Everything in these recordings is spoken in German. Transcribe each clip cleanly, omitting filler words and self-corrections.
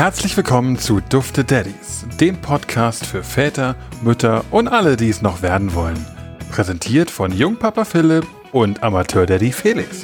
Herzlich willkommen zu Dufte Daddies, dem Podcast für Väter, Mütter und alle, die es noch werden wollen. Präsentiert von Jungpapa Philipp und Amateur-Daddy Felix.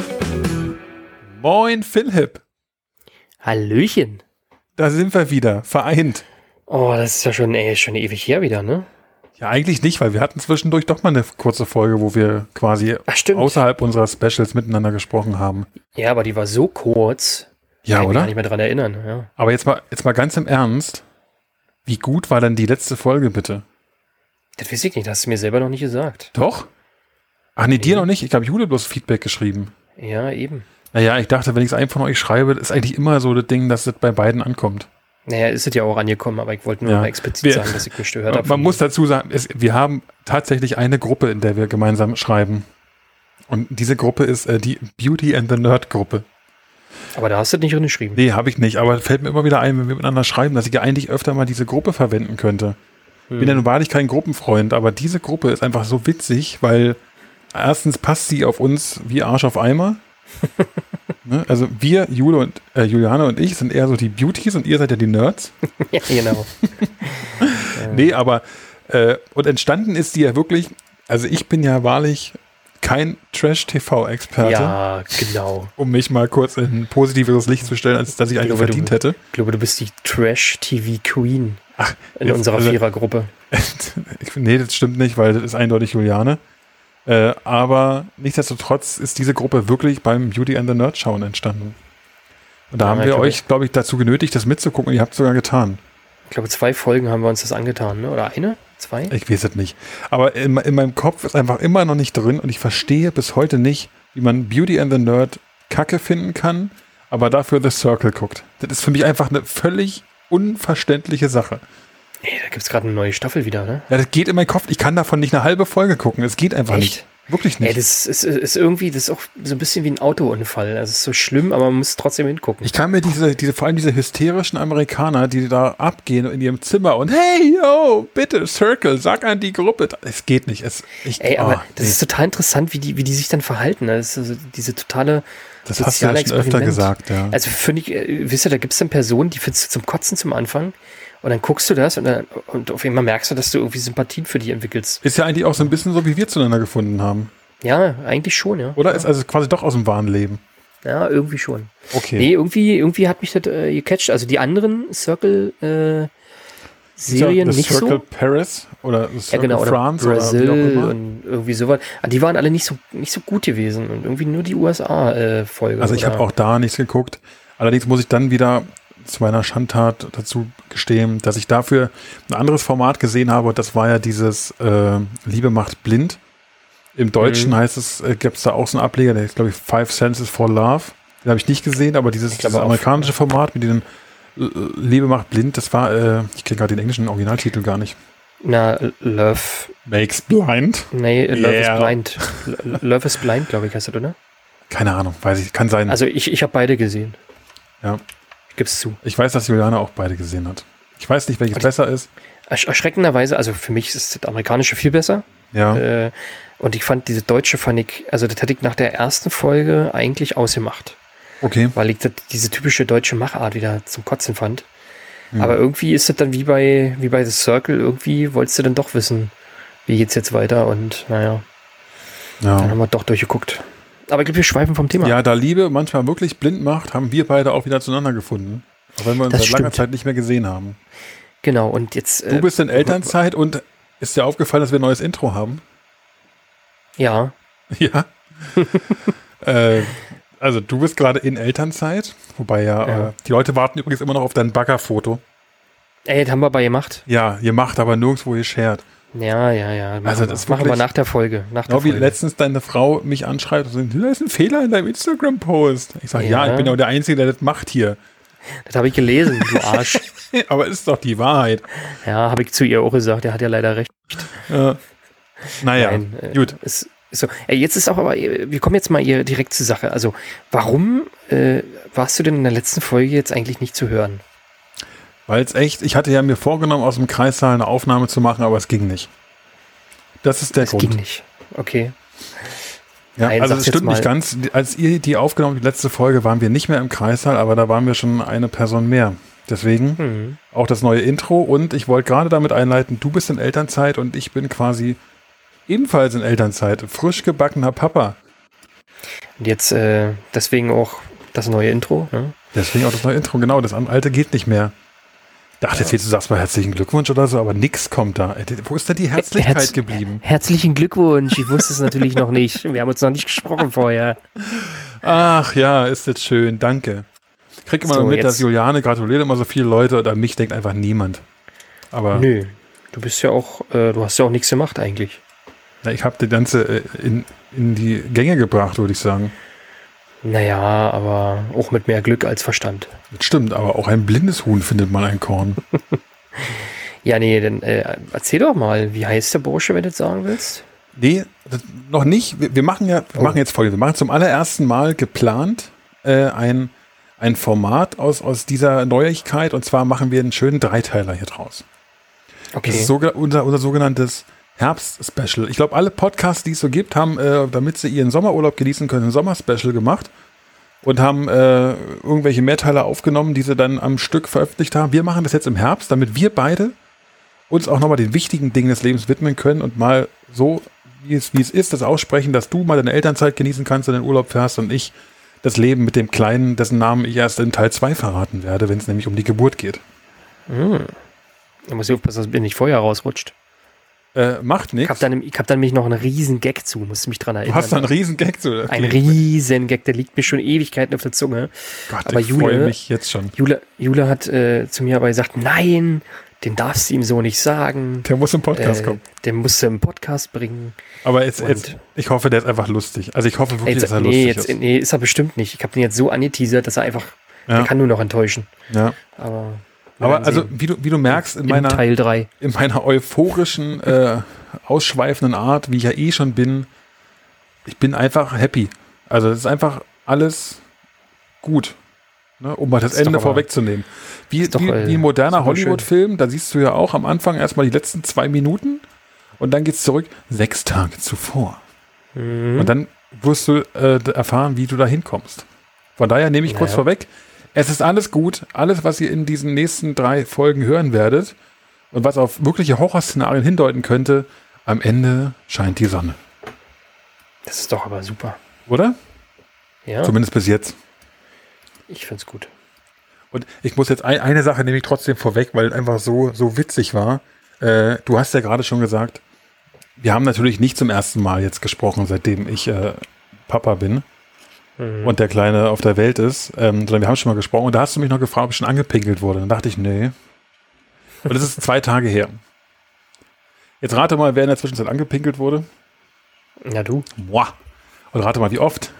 Moin Philipp. Hallöchen. Da sind wir wieder, vereint. Oh, das ist ja schon ewig her wieder, ne? Ja, eigentlich nicht, weil wir hatten zwischendurch doch mal eine kurze Folge, wo wir quasi außerhalb unserer Specials miteinander gesprochen haben. Ja, aber die war so kurz. Ja, kann ich oder? mich gar nicht mehr dran erinnern. Ja. Aber jetzt mal ganz im Ernst. Wie gut war denn die letzte Folge, bitte? Das weiß ich nicht, das hast du mir selber noch nicht gesagt. Doch? Ach nee, dir noch nicht? Ich habe Jule bloß Feedback geschrieben. Ja, eben. Naja, ich dachte, wenn ich es einem von euch schreibe, ist eigentlich immer so das Ding, dass es bei beiden ankommt. Naja, ist es ja auch angekommen, aber ich wollte nur mal explizit sagen, dass ich mich gehört habe. Man muss dazu sagen, wir haben tatsächlich eine Gruppe, in der wir gemeinsam schreiben. Und diese Gruppe ist die Beauty and the Nerd Gruppe. Aber da hast du das nicht drin geschrieben. Nee, habe ich nicht. Aber fällt mir immer wieder ein, wenn wir miteinander schreiben, dass ich ja eigentlich öfter mal diese Gruppe verwenden könnte. Bin ja nun wahrlich kein Gruppenfreund, aber diese Gruppe ist einfach so witzig, weil erstens passt sie auf uns wie Arsch auf Eimer. Ne? Also wir, Juliane und ich, sind eher so die Beauties und ihr seid ja die Nerds. Ja, genau. Nee, aber und entstanden ist die ja wirklich, also ich bin ja wahrlich kein Trash-TV-Experte. Ja, genau. Um mich mal kurz in ein positiveres Licht zu stellen, als dass ich eigentlich verdient hätte. Ich glaube, du bist die Trash-TV-Queen in unserer Vierergruppe. Nee, das stimmt nicht, weil das ist eindeutig Juliane. Aber nichtsdestotrotz ist diese Gruppe wirklich beim Beauty and the Nerd Schauen entstanden. Und da haben wir euch, glaube ich, dazu genötigt, das mitzugucken und ihr habt es sogar getan. Ich glaube, 2 Folgen haben wir uns das angetan, ne? Oder eine? 2? Ich weiß es nicht. Aber in meinem Kopf ist einfach immer noch nicht drin und ich verstehe bis heute nicht, wie man Beauty and the Nerd Kacke finden kann, aber dafür The Circle guckt. Das ist für mich einfach eine völlig unverständliche Sache. Nee, da gibt es gerade eine neue Staffel wieder, ne? Ja, das geht in meinen Kopf. Ich kann davon nicht eine halbe Folge gucken. Es geht einfach nicht. Wirklich nicht. Ey, das ist irgendwie, das ist auch so ein bisschen wie ein Autounfall. Also es ist so schlimm, aber man muss trotzdem hingucken. Ich kann mir vor allem diese hysterischen Amerikaner, die da abgehen in ihrem Zimmer und hey, yo, bitte, Circle, sag an die Gruppe. Es geht nicht. Das ist total interessant, wie die sich dann verhalten. Das ist also diese totale Das hast du ja schon öfter gesagt, ja. Also finde ich, wisst ihr, da gibt es dann Personen, die findest du zum Kotzen zum Anfang. Und dann guckst du das und auf einmal merkst du, dass du irgendwie Sympathien für die entwickelst. Ist ja eigentlich auch so ein bisschen so, wie wir zueinander gefunden haben. Ja, eigentlich schon, ja. Oder ist also quasi doch aus dem wahren Leben? Ja, irgendwie schon. Okay. Nee, irgendwie hat mich das gecatcht. Also die anderen Circle-Serien nicht so. Circle Paris oder Circle oder France Brazil oder wie auch immer. Und irgendwie sowas. Die waren alle nicht so gut gewesen und irgendwie nur die USA-Folge. Also ich habe auch da nichts geguckt. Allerdings muss ich dann wieder zu meiner Schandtat dazu gestehen, dass ich dafür ein anderes Format gesehen habe und das war ja dieses Liebe macht blind. Im Deutschen heißt es, gibt es da auch so einen Ableger, der ist, glaube ich, 5 Senses for Love. Den habe ich nicht gesehen, aber dieses amerikanische Format mit diesem Liebe macht blind, das war, ich kenne gerade den englischen Originaltitel gar nicht. Na, Love Makes Blind? Nee, Love is Blind. Love is Blind, glaube ich, heißt das, oder? Keine Ahnung, weiß ich, kann sein. Also ich habe beide gesehen. Ja. Gib's zu. Ich weiß, dass Juliane auch beide gesehen hat. Ich weiß nicht, welches besser ist. Erschreckenderweise, also für mich ist das amerikanische viel besser. Ja. Und ich fand diese deutsche, also das hätte ich nach der ersten Folge eigentlich ausgemacht. Okay. Weil ich diese typische deutsche Machart wieder zum Kotzen fand. Aber irgendwie ist das dann wie bei The Circle, irgendwie wolltest du dann doch wissen, wie geht's jetzt weiter und naja. Ja. Dann haben wir doch durchgeguckt. Aber ich glaube, wir schweifen vom Thema. Ja, da Liebe manchmal wirklich blind macht, haben wir beide auch wieder zueinander gefunden. Auch wenn wir uns seit langer Zeit nicht mehr gesehen haben. Genau, und jetzt... Du bist in Elternzeit und ist dir aufgefallen, dass wir ein neues Intro haben? Ja. Ja? Also du bist gerade in Elternzeit, wobei die Leute warten übrigens immer noch auf dein Baggerfoto. Ey, das haben wir aber gemacht. Ja, ihr macht aber nirgendwo geshared. Ja. Also das machen wir nach der Folge. Wie letztens deine Frau mich anschreibt und sagt, da ist ein Fehler in deinem Instagram-Post. Ich sage, ja, ich bin auch der Einzige, der das macht hier. Das habe ich gelesen, du Arsch. Aber ist doch die Wahrheit. Ja, habe ich zu ihr auch gesagt, der hat ja leider recht. Ja. Naja, gut. Ist so. Jetzt ist auch aber, wir kommen jetzt mal hier direkt zur Sache. Also, warum warst du denn in der letzten Folge jetzt eigentlich nicht zu hören? Weil es echt, ich hatte ja mir vorgenommen, aus dem Kreissaal eine Aufnahme zu machen, aber es ging nicht. Das ist der Grund. Es ging nicht, okay. Ja, also es stimmt nicht ganz. Als ihr die aufgenommen habt, die letzte Folge, waren wir nicht mehr im Kreissaal, aber da waren wir schon eine Person mehr. Deswegen auch das neue Intro. Und ich wollte gerade damit einleiten, du bist in Elternzeit und ich bin quasi ebenfalls in Elternzeit. Frisch gebackener Papa. Und jetzt deswegen auch das neue Intro. Ne? Deswegen auch das neue Intro, genau. Das alte geht nicht mehr. Dachte jetzt, du sagst mal herzlichen Glückwunsch oder so, aber nix kommt da. Wo ist denn die Herzlichkeit geblieben? Herzlichen Glückwunsch. Ich wusste es natürlich noch nicht. Wir haben uns noch nicht gesprochen vorher. Ach ja, ist jetzt schön. Danke. Ich krieg immer so, mit, dass Juliane gratuliert immer so viele Leute und an mich denkt einfach niemand. Aber nö, du bist ja auch, du hast ja auch nichts gemacht eigentlich. Ja, ich habe die ganze in die Gänge gebracht, würde ich sagen. Naja, aber auch mit mehr Glück als Verstand. Das stimmt, aber auch ein blindes Huhn findet man ein Korn. Ja, nee, dann erzähl doch mal, wie heißt der Bursche, wenn du das sagen willst? Nee, noch nicht. Wir machen jetzt Folgendes. Wir machen zum allerersten Mal geplant ein Format aus dieser Neuigkeit, und zwar machen wir einen schönen Dreiteiler hier draus. Okay. Das ist unser sogenanntes Herbst-Special. Ich glaube, alle Podcasts, die es so gibt, haben, damit sie ihren Sommerurlaub genießen können, ein Sommer-Special gemacht und haben irgendwelche Mehrteiler aufgenommen, die sie dann am Stück veröffentlicht haben. Wir machen das jetzt im Herbst, damit wir beide uns auch nochmal den wichtigen Dingen des Lebens widmen können und mal so, wie es ist, das aussprechen, dass du mal deine Elternzeit genießen kannst und den Urlaub fährst und ich das Leben mit dem Kleinen, dessen Namen ich erst in Teil 2 verraten werde, wenn es nämlich um die Geburt geht. Da muss ich aufpassen, dass mir nicht vorher rausrutscht. Macht nichts. Ich hab dann nämlich noch einen riesen Gag zu, musst du mich dran erinnern. Du hast da einen riesen Gag zu? Okay. Ein riesen Gag, der liegt mir schon Ewigkeiten auf der Zunge. Gott, aber ich freue mich jetzt schon. Jule hat zu mir aber gesagt, nein, den darfst du ihm so nicht sagen. Der muss im Podcast kommen. Den musst du im Podcast bringen. Aber jetzt, ich hoffe, der ist einfach lustig. Also ich hoffe wirklich, dass er lustig ist. Nee, ist er bestimmt nicht. Ich habe den jetzt so angeteasert, dass er einfach, der kann nur noch enttäuschen. Ja. Aber also, wie du merkst, in meiner Teil 3. In meiner euphorischen, ausschweifenden Art, wie ich ja schon bin, ich bin einfach happy. Also es ist einfach alles gut. Ne, um mal das Ende vorwegzunehmen. Wie ein moderner Hollywood-Film, da siehst du ja auch am Anfang erstmal die letzten 2 Minuten und dann geht's zurück 6 Tage zuvor. Und dann wirst du erfahren, wie du da hinkommst. Von daher nehme ich kurz vorweg, es ist alles gut, alles, was ihr in diesen nächsten 3 Folgen hören werdet und was auf wirkliche Horrorszenarien hindeuten könnte, am Ende scheint die Sonne. Das ist doch aber super. Oder? Ja. Zumindest bis jetzt. Ich find's gut. Und ich muss jetzt eine Sache nehme ich trotzdem vorweg, weil es einfach so witzig war. Du hast ja gerade schon gesagt, wir haben natürlich nicht zum ersten Mal jetzt gesprochen, seitdem ich Papa bin und der Kleine auf der Welt ist, sondern wir haben schon mal gesprochen und da hast du mich noch gefragt, ob ich schon angepinkelt wurde. Dann dachte ich, nee. Und das ist 2 Tage her. Jetzt rate mal, wer in der Zwischenzeit angepinkelt wurde. Ja, du. Boah. Und rate mal, wie oft?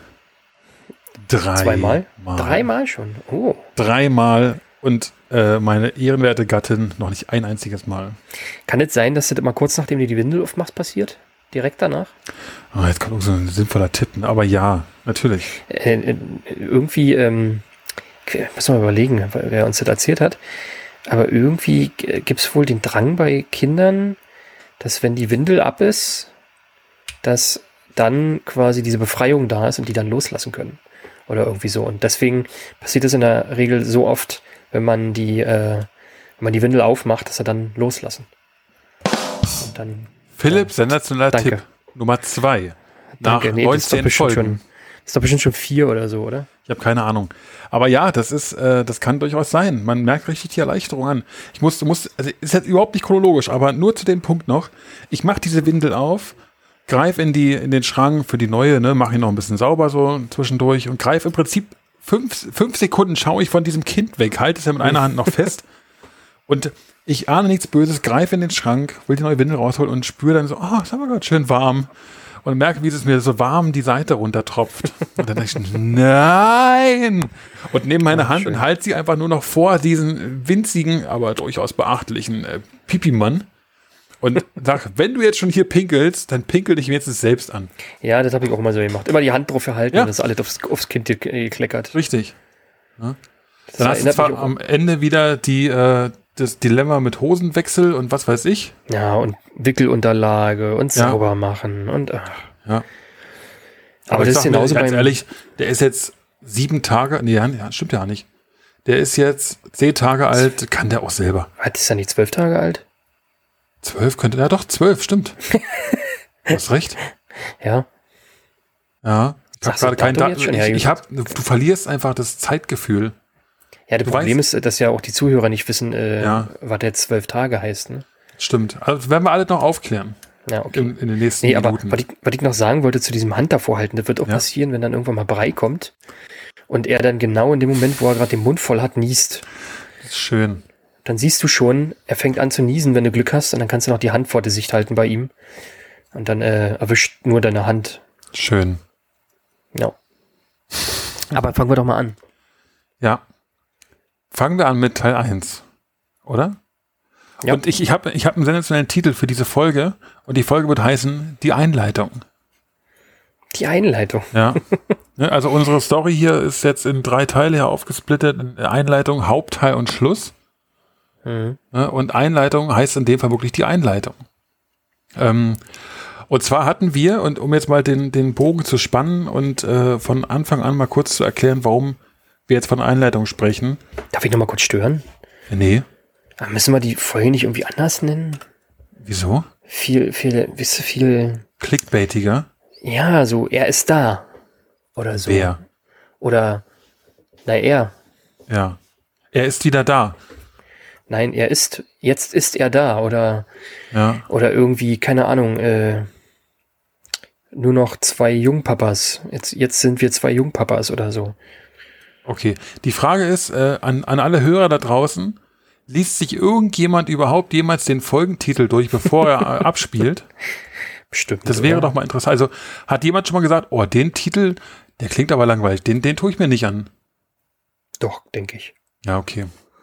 3 Mal. 3 Mal schon? Oh. 3 Mal und meine ehrenwerte Gattin noch nicht ein einziges Mal. Kann es sein, dass das immer kurz nachdem du die Windel aufmachst passiert? Direkt danach? Oh, jetzt kommt so ein sinnvoller Tipp, aber ja, natürlich. Irgendwie, müssen wir überlegen, wer uns das erzählt hat, aber irgendwie gibt es wohl den Drang bei Kindern, dass wenn die Windel ab ist, dass dann quasi diese Befreiung da ist und die dann loslassen können. Oder irgendwie so. Und deswegen passiert es in der Regel so oft, wenn man die Windel aufmacht, dass er dann loslassen. Und dann, Philipp, sensationeller Tipp. Nummer 2. Nach 19 Folgen. Das ist doch bestimmt schon 4 oder so, oder? Ich habe keine Ahnung. Aber ja, das kann durchaus sein. Man merkt richtig die Erleichterung an. Also ist jetzt überhaupt nicht chronologisch, aber nur zu dem Punkt noch. Ich mache diese Windel auf, greif in den Schrank für die neue, ne, mache ihn noch ein bisschen sauber so zwischendurch und greif im Prinzip 5 Sekunden schaue ich von diesem Kind weg, halte es ja mit einer Hand noch fest und ich ahne nichts Böses, greife in den Schrank, will die neue Windel rausholen und spüre dann so, ist aber gerade schön warm und merke, wie es mir so warm die Seite runtertropft und dann denke ich, nein! Und nehme meine Hand und halte sie einfach nur noch vor diesen winzigen, aber durchaus beachtlichen Pipi-Mann. Und sag, wenn du jetzt schon hier pinkelst, dann pinkel dich mir jetzt selbst an. Ja, das habe ich auch immer so gemacht. Immer die Hand drauf gehalten und das alles aufs Kind gekleckert. Richtig. Ja. Dann hast du zwar am Ende wieder das Dilemma mit Hosenwechsel und was weiß ich. Ja, und Wickelunterlage und sauber machen und ja. Aber das ist genauso ganz ehrlich, der ist jetzt 7 Tage, stimmt ja nicht. Der ist jetzt 10 Tage alt, kann der auch selber. Ist er nicht 12 Tage alt? 12 könnte, ja doch, 12, stimmt. Du hast recht. Ja. Ja, ich habe gerade kein Datum. Du verlierst einfach das Zeitgefühl. Ja, das Problem ist, dass ja auch die Zuhörer nicht wissen, was der 12 Tage heißt. Ne? Stimmt. Also werden wir alle noch aufklären. Ja, okay. In den nächsten Minuten. Aber was ich noch sagen wollte zu diesem Hand davor halten, das wird auch passieren, wenn dann irgendwann mal Brei kommt und er dann genau in dem Moment, wo er gerade den Mund voll hat, niest. Das ist schön. Dann siehst du schon, er fängt an zu niesen, wenn du Glück hast, und dann kannst du noch die Hand vor Gesicht halten bei ihm. Und dann erwischt nur deine Hand. Schön. Ja. Aber fangen wir doch mal an. Ja. Fangen wir an mit Teil 1. Oder? Ja. Und ich hab einen sensationellen Titel für diese Folge. Und die Folge wird heißen Die Einleitung. Die Einleitung. Ja. Also unsere Story hier ist jetzt in 3 Teile aufgesplittet. Einleitung, Hauptteil und Schluss. Mhm. Und Einleitung heißt in dem Fall wirklich die Einleitung. Und zwar hatten wir, und um jetzt mal den Bogen zu spannen und von Anfang an mal kurz zu erklären, warum wir jetzt von Einleitung sprechen. Darf ich noch mal kurz stören? Nee. Aber müssen wir die Folge nicht irgendwie anders nennen? Wieso? Viel clickbaitiger? Ja, so, er ist da. Oder so. Wer? Oder, er. Ja. Er ist wieder da. Nein, jetzt ist er da. Oder irgendwie, keine Ahnung, nur noch 2 Jungpapas. Jetzt sind wir 2 Jungpapas oder so. Okay. Die Frage ist, an alle Hörer da draußen, liest sich irgendjemand überhaupt jemals den Folgentitel durch, bevor er abspielt? Bestimmt. Das wäre doch mal interessant. Also hat jemand schon mal gesagt, oh, den Titel, der klingt aber langweilig, den tue ich mir nicht an. Doch, denke ich. Ja, okay.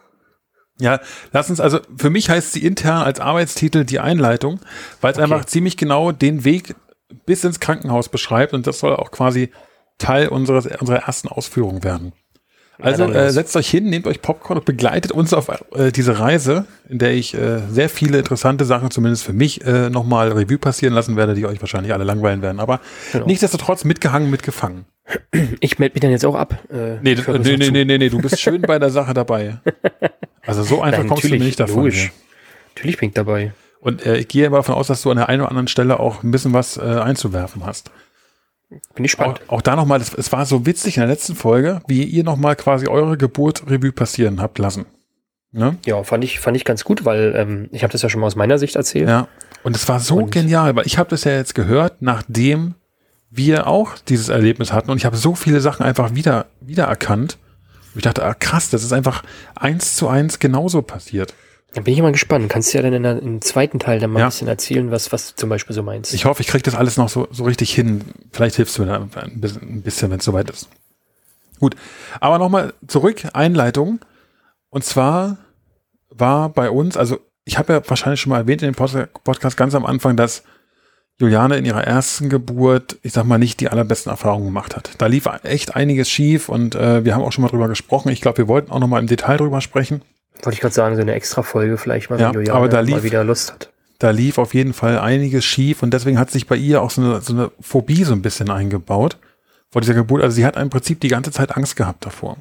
Ja, lass uns, also für mich heißt sie intern als Arbeitstitel die Einleitung, weil es einfach ziemlich genau den Weg bis ins Krankenhaus beschreibt, und das soll auch quasi Teil unserer ersten Ausführung werden. Also setzt euch hin, nehmt euch Popcorn und begleitet uns auf diese Reise, in der ich sehr viele interessante Sachen, zumindest für mich, nochmal Revue passieren lassen werde, die euch wahrscheinlich alle langweilen werden. Aber nichtsdestotrotz mitgehangen, mitgefangen. Ich melde mich dann jetzt auch ab. Nee, du bist schön bei der Sache dabei. Also so einfach kommst du mir nicht davon. Logisch. Natürlich bin ich dabei. Und ich gehe aber davon aus, dass du an der einen oder anderen Stelle auch ein bisschen was einzuwerfen hast. Bin ich gespannt. Auch da nochmal, es war so witzig in der letzten Folge, wie ihr nochmal quasi eure Geburt Revue passieren habt lassen. Ne? Ja, fand ich ganz gut, weil ich habe das ja schon mal aus meiner Sicht erzählt. Ja, und es war so genial, weil ich habe das ja jetzt gehört, nachdem wir auch dieses Erlebnis hatten, und ich habe so viele Sachen einfach wiedererkannt. Und ich dachte, krass, das ist einfach 1:1 genauso passiert. Dann bin ich mal gespannt. Kannst du ja dann im zweiten Teil dann mal ein bisschen erzählen, was du zum Beispiel so meinst. Ich hoffe, ich kriege das alles noch so richtig hin. Vielleicht hilfst du mir da ein bisschen, wenn es soweit ist. Gut, aber nochmal zurück, Einleitung. Und zwar war bei uns, also ich habe ja wahrscheinlich schon mal erwähnt in dem Podcast ganz am Anfang, dass Juliane in ihrer ersten Geburt, ich sag mal, nicht die allerbesten Erfahrungen gemacht hat. Da lief echt einiges schief, und wir haben auch schon mal drüber gesprochen. Ich glaube, wir wollten auch noch mal im Detail drüber sprechen. Wollte ich gerade sagen, so eine extra Folge vielleicht mal, wenn Juliane mal wieder Lust hat. Da lief auf jeden Fall einiges schief, und deswegen hat sich bei ihr auch so eine Phobie so ein bisschen eingebaut vor dieser Geburt. Also sie hat im Prinzip die ganze Zeit Angst gehabt davor.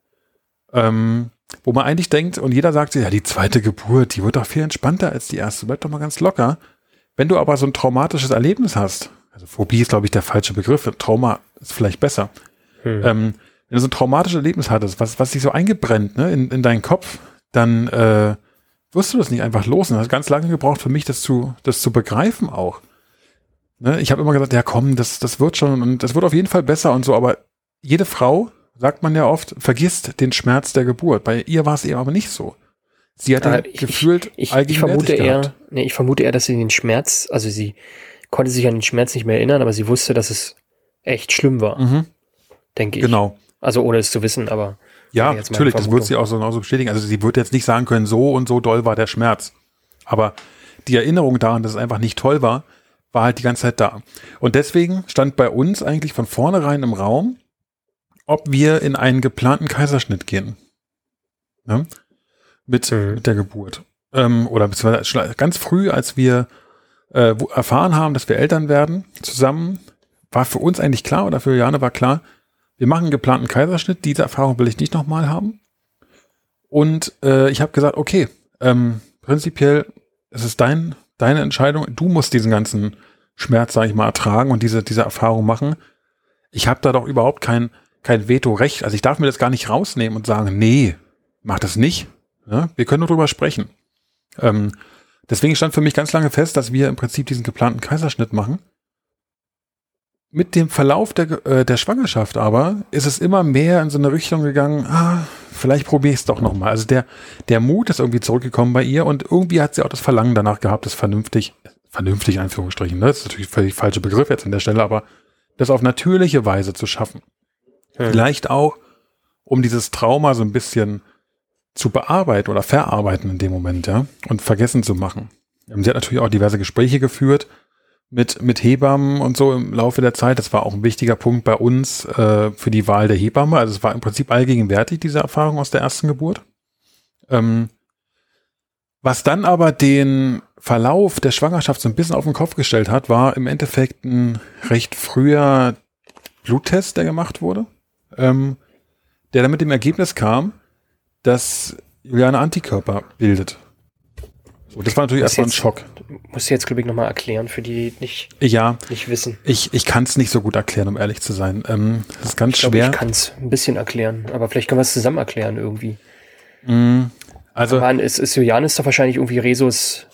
Wo man eigentlich denkt, und jeder sagt, ja, die zweite Geburt, die wird doch viel entspannter als die erste, bleib doch mal ganz locker. Wenn du aber so ein traumatisches Erlebnis hast, also Phobie ist, glaube ich, der falsche Begriff, Trauma ist vielleicht besser. Wenn du so ein traumatisches Erlebnis hattest, was sich so eingebrennt, ne, in deinen Kopf, dann wirst du das nicht einfach los. Und das hat ganz lange gebraucht für mich, das zu begreifen auch. Ne, ich habe immer gesagt, ja komm, das wird schon, und das wird auf jeden Fall besser und so, aber jede Frau, sagt man ja oft, vergisst den Schmerz der Geburt. Bei ihr war es eben aber nicht so. Sie hat gefühlt ich vermute eher, dass sie den Schmerz, also sie konnte sich an den Schmerz nicht mehr erinnern, aber sie wusste, dass es echt schlimm war. Denke ich. Genau. Also ohne es zu wissen, aber ja, natürlich, das wird sie auch so genauso bestätigen. Also sie wird jetzt nicht sagen können, so und so doll war der Schmerz. Aber die Erinnerung daran, dass es einfach nicht toll war halt die ganze Zeit da. Und deswegen stand bei uns eigentlich von vornherein im Raum, ob wir in einen geplanten Kaiserschnitt gehen. Ne? Mit der Geburt. Oder beziehungsweise ganz früh, als wir erfahren haben, dass wir Eltern werden, zusammen, war für uns eigentlich klar, oder für Jane war klar, wir machen einen geplanten Kaiserschnitt, diese Erfahrung will ich nicht nochmal haben. Und ich habe gesagt, okay, prinzipiell es ist deine Entscheidung. Du musst diesen ganzen Schmerz, sage ich mal, ertragen und diese Erfahrung machen. Ich habe da doch überhaupt kein Vetorecht. Also ich darf mir das gar nicht rausnehmen und sagen, nee, mach das nicht. Ja, wir können nur drüber sprechen. Deswegen stand für mich ganz lange fest, dass wir im Prinzip diesen geplanten Kaiserschnitt machen. Mit dem Verlauf der Schwangerschaft aber ist es immer mehr in so eine Richtung gegangen, vielleicht probiere ich es doch nochmal. Also der Mut ist irgendwie zurückgekommen bei ihr und irgendwie hat sie auch das Verlangen danach gehabt, das vernünftig in Anführungsstrichen, ne? Das ist natürlich völlig falscher Begriff jetzt an der Stelle, aber das auf natürliche Weise zu schaffen. Vielleicht auch, um dieses Trauma so ein bisschen zu bearbeiten oder verarbeiten in dem Moment, ja, und vergessen zu machen. Sie hat natürlich auch diverse Gespräche geführt mit Hebammen und so im Laufe der Zeit. Das war auch ein wichtiger Punkt bei uns für die Wahl der Hebamme. Also es war im Prinzip allgegenwärtig, diese Erfahrung aus der ersten Geburt. Was dann aber den Verlauf der Schwangerschaft so ein bisschen auf den Kopf gestellt hat, war im Endeffekt ein recht früher Bluttest, der gemacht wurde, der dann mit dem Ergebnis kam, dass Juliane Antikörper bildet. So, das war natürlich erstmal ein Schock. Musst du jetzt, glaube ich, nochmal erklären, für die nicht wissen. Ich kann es nicht so gut erklären, um ehrlich zu sein. Das ist ganz schwer. Ich kann es ein bisschen erklären, aber vielleicht können wir es zusammen erklären irgendwie. Also, Juliane ist doch wahrscheinlich irgendwie Rhesus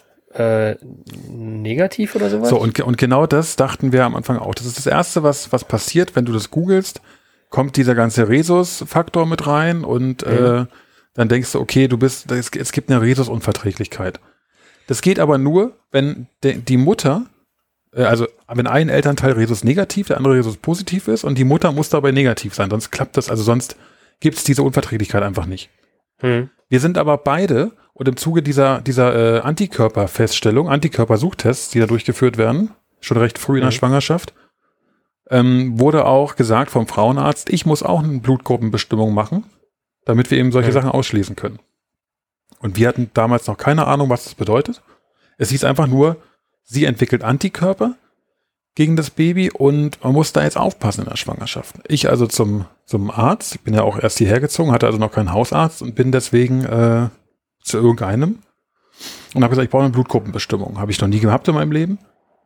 negativ oder sowas? So, und genau das dachten wir am Anfang auch. Das ist das Erste, was passiert, wenn du das googelst, kommt dieser ganze Rhesus-Faktor mit rein und dann denkst du, okay, es gibt eine Rhesus-Unverträglichkeit. Das geht aber nur, wenn die Mutter, also wenn ein Elternteil Rhesus negativ, der andere Rhesus positiv ist und die Mutter muss dabei negativ sein, sonst klappt das, also sonst gibt es diese Unverträglichkeit einfach nicht. Wir sind aber beide und im Zuge dieser Antikörperfeststellung, Antikörpersuchtests, die da durchgeführt werden, schon recht früh in der Schwangerschaft, wurde auch gesagt vom Frauenarzt, ich muss auch eine Blutgruppenbestimmung machen, damit wir eben solche Sachen ausschließen können. Und wir hatten damals noch keine Ahnung, was das bedeutet. Es hieß einfach nur, sie entwickelt Antikörper gegen das Baby und man muss da jetzt aufpassen in der Schwangerschaft. Ich also zum Arzt, ich bin ja auch erst hierher gezogen, hatte also noch keinen Hausarzt und bin deswegen zu irgendeinem und habe gesagt, ich brauche eine Blutgruppenbestimmung. Habe ich noch nie gehabt in meinem Leben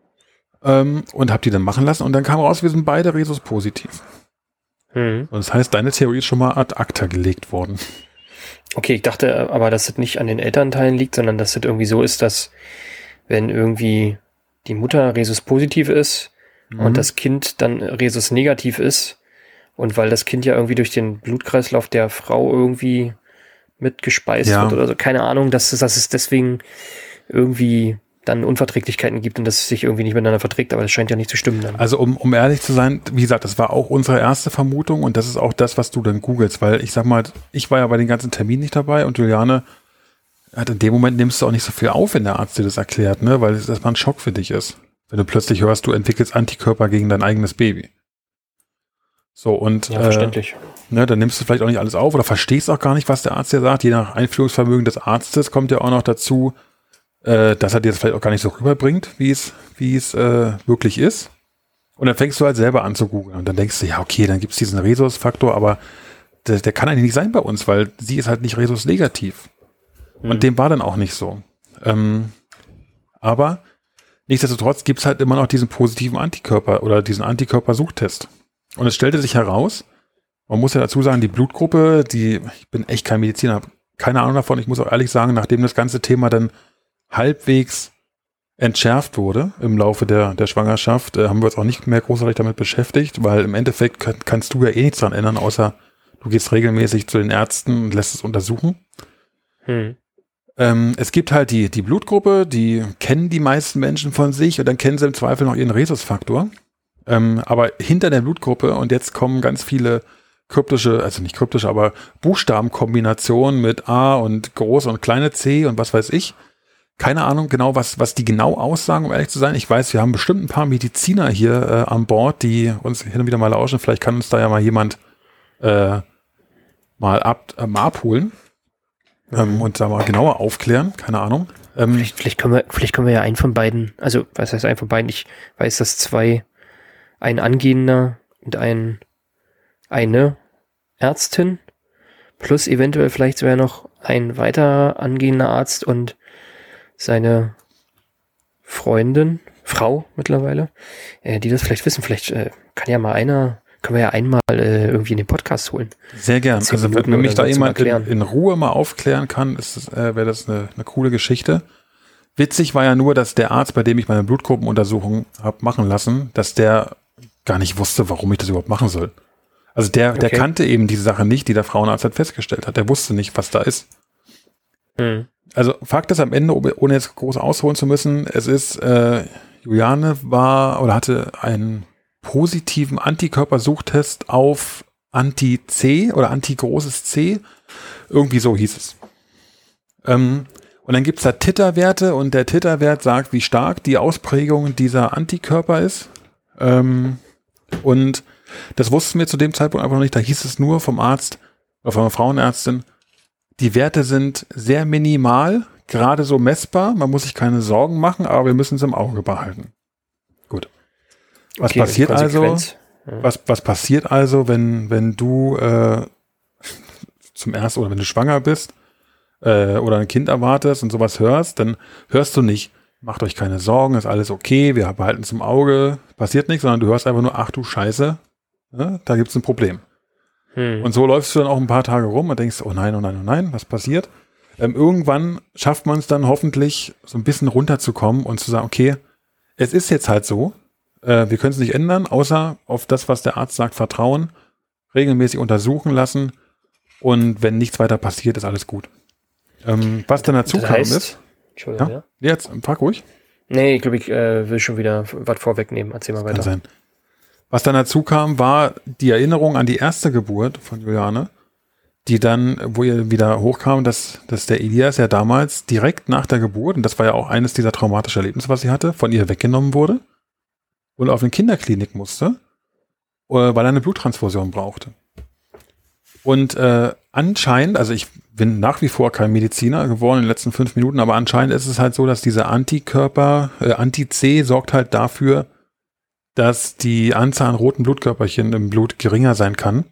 und habe die dann machen lassen und dann kam raus, wir sind beide Rhesus positiv. Und das heißt, deine Theorie ist schon mal ad acta gelegt worden. Okay, ich dachte aber, dass das nicht an den Elternteilen liegt, sondern dass das irgendwie so ist, dass wenn irgendwie die Mutter Rhesus positiv ist und das Kind dann Rhesus negativ ist und weil das Kind ja irgendwie durch den Blutkreislauf der Frau irgendwie mitgespeist wird oder so, keine Ahnung, dass es deswegen irgendwie dann Unverträglichkeiten gibt und dass es sich irgendwie nicht miteinander verträgt, aber das scheint ja nicht zu stimmen dann. Also um ehrlich zu sein, wie gesagt, das war auch unsere erste Vermutung und das ist auch das, was du dann googelst, weil ich sag mal, ich war ja bei den ganzen Terminen nicht dabei und Juliane, in dem Moment nimmst du auch nicht so viel auf, wenn der Arzt dir das erklärt, ne, weil das erstmal ein Schock für dich ist, wenn du plötzlich hörst, du entwickelst Antikörper gegen dein eigenes Baby. So und verständlich. Dann nimmst du vielleicht auch nicht alles auf oder verstehst auch gar nicht, was der Arzt dir sagt, je nach Einfühlungsvermögen des Arztes kommt ja auch noch dazu, dass er dir das vielleicht auch gar nicht so rüberbringt, wie es wirklich ist. Und dann fängst du halt selber an zu googeln. Und dann denkst du, ja, okay, dann gibt es diesen Rhesus-Faktor, aber der kann eigentlich nicht sein bei uns, weil sie ist halt nicht Rhesus-negativ. Und dem war dann auch nicht so. Aber nichtsdestotrotz gibt es halt immer noch diesen positiven Antikörper oder diesen Antikörpersuchtest. Und es stellte sich heraus, man muss ja dazu sagen, die Blutgruppe, ich bin echt kein Mediziner, habe keine Ahnung davon. Ich muss auch ehrlich sagen, nachdem das ganze Thema dann halbwegs entschärft wurde im Laufe der Schwangerschaft, haben wir uns auch nicht mehr großartig damit beschäftigt, weil im Endeffekt kannst du ja nichts dran ändern, außer du gehst regelmäßig zu den Ärzten und lässt es untersuchen. Es gibt halt die Blutgruppe, die kennen die meisten Menschen von sich und dann kennen sie im Zweifel noch ihren Rhesusfaktor. Aber hinter der Blutgruppe, und jetzt kommen ganz viele nicht kryptische, aber Buchstabenkombinationen mit A und große und kleine C und was weiß ich. Keine Ahnung genau, was die genau aussagen, um ehrlich zu sein. Ich weiß, wir haben bestimmt ein paar Mediziner hier an Bord, die uns hin und wieder mal lauschen. Vielleicht kann uns da ja mal jemand mal abholen und da mal genauer aufklären. Keine Ahnung. Vielleicht können wir ja einen von beiden, also was heißt einen von beiden? Ich weiß, dass ein Angehender und eine Ärztin Plus eventuell vielleicht sogar noch ein weiter angehender Arzt und seine Freundin, Frau mittlerweile, die das vielleicht wissen. Vielleicht können wir ja einmal irgendwie in den Podcast holen. Sehr gern. Also wenn mich da jemand in Ruhe mal aufklären kann, wäre das eine coole Geschichte. Witzig war ja nur, dass der Arzt, bei dem ich meine Blutgruppenuntersuchung habe machen lassen, dass der gar nicht wusste, warum ich das überhaupt machen soll. Also der kannte eben diese Sache nicht, die der Frauenarzt halt festgestellt hat. Der wusste nicht, was da ist. Mhm. Also Fakt ist am Ende, ohne jetzt groß ausholen zu müssen, es ist, Juliane hatte einen positiven Antikörpersuchtest auf Anti-C oder Anti-großes C. Irgendwie so hieß es. Und dann gibt es da Titerwerte und der Titerwert sagt, wie stark die Ausprägung dieser Antikörper ist. Und das wussten wir zu dem Zeitpunkt einfach noch nicht. Da hieß es nur vom Arzt oder von einer Frauenärztin, die Werte sind sehr minimal, gerade so messbar. Man muss sich keine Sorgen machen, aber wir müssen es im Auge behalten. Gut. Was passiert also? Was passiert also, wenn du zum ersten oder wenn du schwanger bist oder ein Kind erwartest und sowas hörst, dann hörst du nicht, macht euch keine Sorgen, ist alles okay, wir behalten es im Auge, passiert nichts, sondern du hörst einfach nur, ach du Scheiße, da gibt es ein Problem. Und so läufst du dann auch ein paar Tage rum und denkst, oh nein, was passiert? Irgendwann schafft man es dann hoffentlich, so ein bisschen runterzukommen und zu sagen, okay, es ist jetzt halt so, wir können es nicht ändern, außer auf das, was der Arzt sagt, vertrauen, regelmäßig untersuchen lassen und wenn nichts weiter passiert, ist alles gut. Was dann dazu kam ist... Entschuldigung, ja? Jetzt, frag ruhig. Nee, ich glaube, ich will schon wieder was vorwegnehmen. Erzähl mal weiter. Kann sein. Was dann dazu kam, war die Erinnerung an die erste Geburt von Juliane, die dann, wo ihr wieder hochkam, dass der Elias ja damals direkt nach der Geburt, und das war ja auch eines dieser traumatischen Erlebnisse, was sie hatte, von ihr weggenommen wurde und auf eine Kinderklinik musste, weil er eine Bluttransfusion brauchte. Und anscheinend, also ich bin nach wie vor kein Mediziner geworden in den letzten 5 Minuten, aber anscheinend ist es halt so, dass diese Antikörper, Anti-C sorgt halt dafür, dass die Anzahl an roten Blutkörperchen im Blut geringer sein kann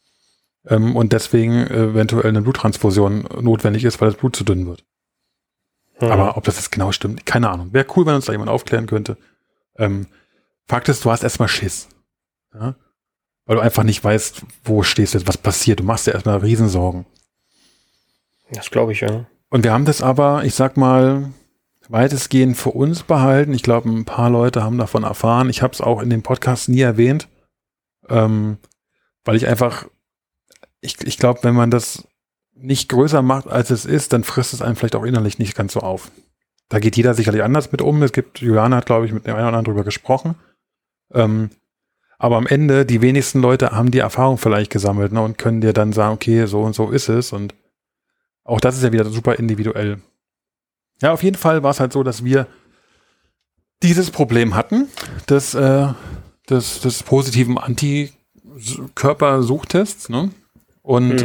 und deswegen eventuell eine Bluttransfusion notwendig ist, weil das Blut zu dünn wird. Aber ob das jetzt genau stimmt, keine Ahnung. Wäre cool, wenn uns da jemand aufklären könnte. Fakt ist, du hast erstmal Schiss. Ja? Weil du einfach nicht weißt, wo stehst du jetzt, was passiert. Du machst dir erstmal Riesensorgen. Das glaube ich, ja. Und wir haben das aber, ich sag mal, weitestgehend für uns behalten. Ich glaube, ein paar Leute haben davon erfahren. Ich habe es auch in dem Podcast nie erwähnt, weil ich einfach, ich glaube, wenn man das nicht größer macht, als es ist, dann frisst es einen vielleicht auch innerlich nicht ganz so auf. Da geht jeder sicherlich anders mit um. Juliane hat, glaube ich, mit dem einen oder anderen drüber gesprochen. Aber am Ende, die wenigsten Leute haben die Erfahrung vielleicht gesammelt, ne, und können dir dann sagen, okay, so und so ist es. Und auch das ist ja wieder super individuell. Ja, auf jeden Fall war es halt so, dass wir dieses Problem hatten, des positiven Antikörpersuchtests, ne? Und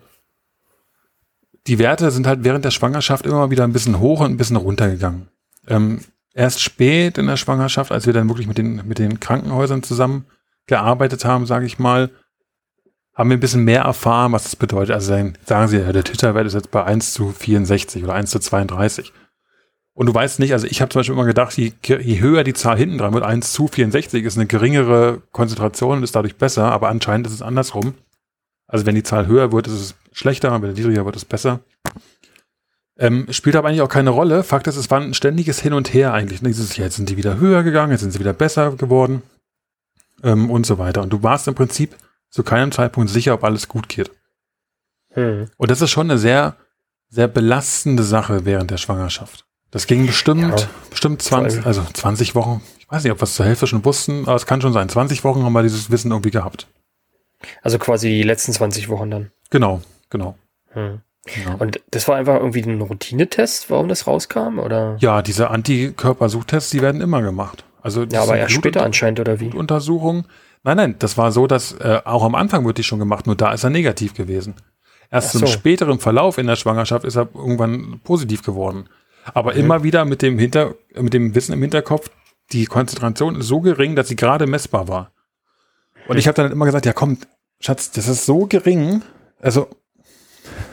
die Werte sind halt während der Schwangerschaft immer wieder ein bisschen hoch und ein bisschen runtergegangen. Erst spät in der Schwangerschaft, als wir dann wirklich mit den Krankenhäusern zusammen gearbeitet haben, sage ich mal, haben wir ein bisschen mehr erfahren, was das bedeutet. Also dann sagen sie, ja, der Titerwert ist jetzt bei 1:64 oder 1:32. Und du weißt nicht, also ich habe zum Beispiel immer gedacht, je höher die Zahl hinten dran wird, 1:64 ist eine geringere Konzentration und ist dadurch besser, aber anscheinend ist es andersrum. Also wenn die Zahl höher wird, ist es schlechter, und wenn die niedriger wird, ist es besser. Spielt aber eigentlich auch keine Rolle. Fakt ist, es war ein ständiges Hin und Her eigentlich. Jetzt sind die wieder höher gegangen, jetzt sind sie wieder besser geworden und so weiter. Und du warst im Prinzip zu keinem Zeitpunkt sicher, ob alles gut geht. Und das ist schon eine sehr, sehr belastende Sache während der Schwangerschaft. Das ging bestimmt 20 Wochen. Ich weiß nicht, ob wir es zur Hälfte schon wussten, aber es kann schon sein. 20 Wochen haben wir dieses Wissen irgendwie gehabt. Also quasi die letzten 20 Wochen dann. Genau. Ja. Und das war einfach irgendwie ein Routinetest, warum das rauskam, oder? Ja, diese Antikörpersuchtests, die werden immer gemacht. Also ja, aber erst später anscheinend, oder wie? Untersuchung. Nein, das war so, dass auch am Anfang wird die schon gemacht, nur da ist er negativ gewesen. Erst im späteren Verlauf in der Schwangerschaft ist er irgendwann positiv geworden. Aber immer wieder mit dem Wissen im Hinterkopf, die Konzentration ist so gering, dass sie gerade messbar war. Und ich habe dann immer gesagt, ja komm, Schatz, das ist so gering, also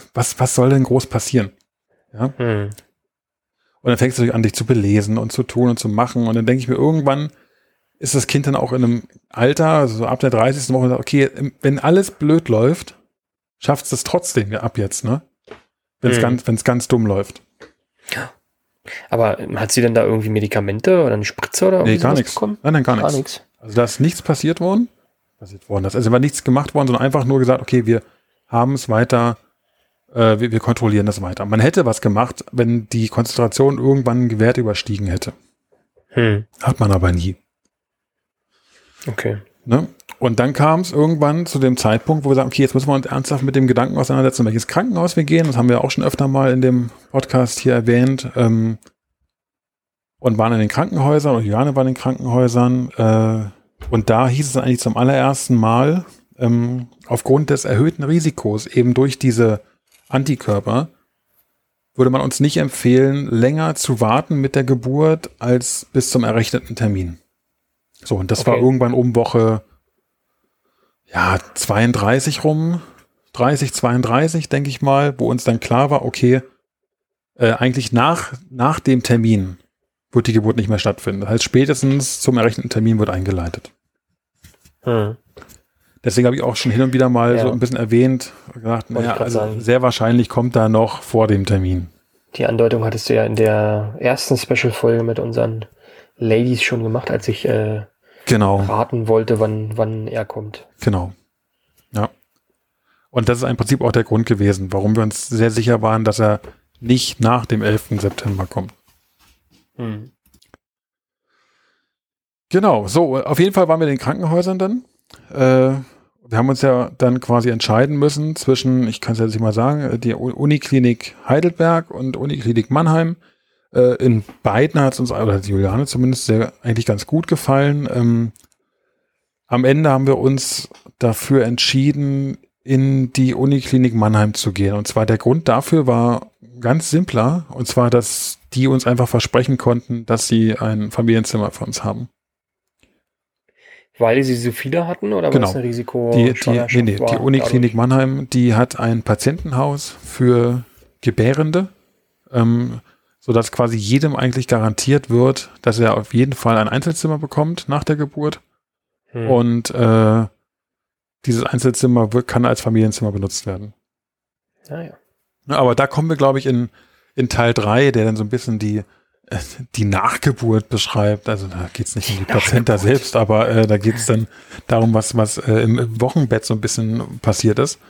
was soll denn groß passieren? Ja. Und dann fängst du an, dich zu belesen und zu tun und zu machen. Und dann denke ich mir, irgendwann ist das Kind dann auch in einem Alter, also so ab der 30. Woche, okay, wenn alles blöd läuft, schafft es das trotzdem ab jetzt, ne? Wenn es ganz dumm läuft. Ja. Aber hat sie denn da irgendwie Medikamente oder eine Spritze oder nee, gar nichts bekommen? Nein, gar nichts. Also da ist nichts passiert worden. Also war nichts gemacht worden, sondern einfach nur gesagt, okay, wir haben es weiter, wir kontrollieren das weiter. Man hätte was gemacht, wenn die Konzentration irgendwann einen Wert überstiegen hätte. Hat man aber nie. Okay. Ne? Und dann kam es irgendwann zu dem Zeitpunkt, wo wir sagen, okay, jetzt müssen wir uns ernsthaft mit dem Gedanken auseinandersetzen, welches Krankenhaus wir gehen. Das haben wir auch schon öfter mal in dem Podcast hier erwähnt. Und waren in den Krankenhäusern, und Juliane war in den Krankenhäusern. Und da hieß es eigentlich zum allerersten Mal, aufgrund des erhöhten Risikos, eben durch diese Antikörper, würde man uns nicht empfehlen, länger zu warten mit der Geburt als bis zum errechneten Termin. So, und das war irgendwann um Woche 32 rum, 30, 32, denke ich mal, wo uns dann klar war, okay, eigentlich nach dem Termin wird die Geburt nicht mehr stattfinden. Das heißt, spätestens zum errechneten Termin wird eingeleitet. Deswegen habe ich auch schon hin und wieder mal so ein bisschen erwähnt, gesagt, sehr wahrscheinlich kommt da noch vor dem Termin. Die Andeutung hattest du ja in der ersten Special-Folge mit unseren Ladies schon gemacht, als ich raten wollte, wann er kommt. Genau. Ja. Und das ist im Prinzip auch der Grund gewesen, warum wir uns sehr sicher waren, dass er nicht nach dem 11. September kommt. Genau, so, auf jeden Fall waren wir in den Krankenhäusern dann. Wir haben uns ja dann quasi entscheiden müssen zwischen, ich kann es jetzt nicht mal sagen, die Uniklinik Heidelberg und Uniklinik Mannheim. In beiden hat es uns, oder die Juliane zumindest, eigentlich ganz gut gefallen. Am Ende haben wir uns dafür entschieden, in die Uniklinik Mannheim zu gehen. Und zwar der Grund dafür war ganz simpler, und zwar, dass die uns einfach versprechen konnten, dass sie ein Familienzimmer für uns haben. Weil sie so viele hatten oder weil es ein Risiko war? Die Uniklinik Mannheim, die hat ein Patientenhaus für Gebärende, sodass quasi jedem eigentlich garantiert wird, dass er auf jeden Fall ein Einzelzimmer bekommt nach der Geburt. Und dieses Einzelzimmer kann als Familienzimmer benutzt werden. Ja. Aber da kommen wir, glaube ich, in Teil 3, der dann so ein bisschen die Nachgeburt beschreibt. Also da geht es nicht um die Plazenta selbst, aber da geht es dann darum, was im Wochenbett so ein bisschen passiert ist.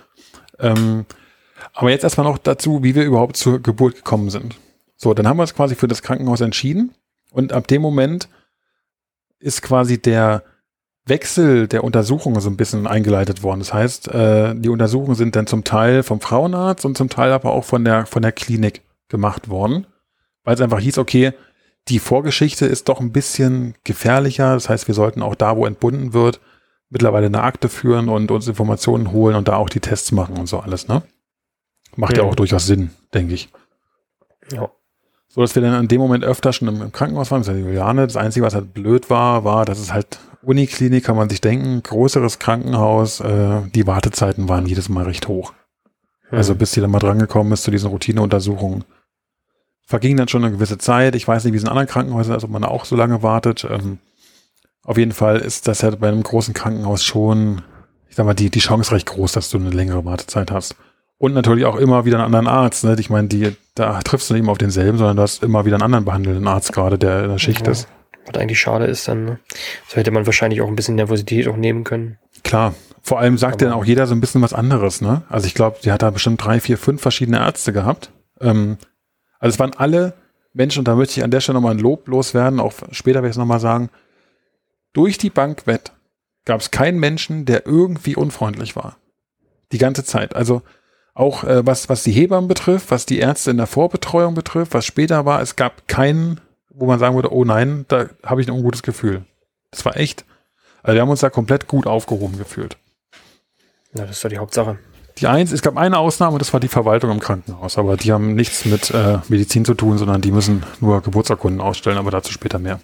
Aber jetzt erstmal noch dazu, wie wir überhaupt zur Geburt gekommen sind. So, dann haben wir uns quasi für das Krankenhaus entschieden, und ab dem Moment ist quasi der Wechsel der Untersuchungen so ein bisschen eingeleitet worden. Das heißt, die Untersuchungen sind dann zum Teil vom Frauenarzt und zum Teil aber auch von der Klinik gemacht worden, weil es einfach hieß, okay, die Vorgeschichte ist doch ein bisschen gefährlicher. Das heißt, wir sollten auch da, wo entbunden wird, mittlerweile eine Akte führen und uns Informationen holen und da auch die Tests machen und so alles, ne? Macht ja auch durchaus Sinn, denke ich. Ja. So, dass wir dann an dem Moment öfter schon im Krankenhaus waren. Das ist ja die Juliane. Das Einzige, was halt blöd war, dass es halt Uniklinik, kann man sich denken, größeres Krankenhaus, die Wartezeiten waren jedes Mal recht hoch. Also bis die dann mal drangekommen ist zu diesen Routineuntersuchungen. Verging dann schon eine gewisse Zeit. Ich weiß nicht, wie es in anderen Krankenhäusern ist, ob man auch so lange wartet. Auf jeden Fall ist das ja bei einem großen Krankenhaus schon, ich sag mal, die Chance recht groß, dass du eine längere Wartezeit hast. Und natürlich auch immer wieder einen anderen Arzt. Ne? Ich meine, da triffst du nicht immer auf denselben, sondern du hast immer wieder einen anderen behandelnden Arzt gerade, der in der Schicht ist. Was eigentlich schade ist dann. Ne? So hätte man wahrscheinlich auch ein bisschen Nervosität auch nehmen können. Klar. Vor allem sagt dann auch jeder so ein bisschen was anderes. Ne? Also ich glaube, die hat da bestimmt 3, 4, 5 verschiedene Ärzte gehabt. Also es waren alle Menschen, und da möchte ich an der Stelle nochmal ein Lob loswerden, auch später werde ich es nochmal sagen, durch die Bank weg gab es keinen Menschen, der irgendwie unfreundlich war. Die ganze Zeit. Also auch was die Hebammen betrifft, was die Ärzte in der Vorbetreuung betrifft, was später war, es gab keinen, wo man sagen würde, oh nein, da habe ich ein ungutes Gefühl. Das war echt, also wir haben uns da komplett gut aufgehoben gefühlt. Ja, das ist doch die Hauptsache. Es gab eine Ausnahme, das war die Verwaltung im Krankenhaus, aber die haben nichts mit Medizin zu tun, sondern die müssen nur Geburtsurkunden ausstellen, aber dazu später mehr.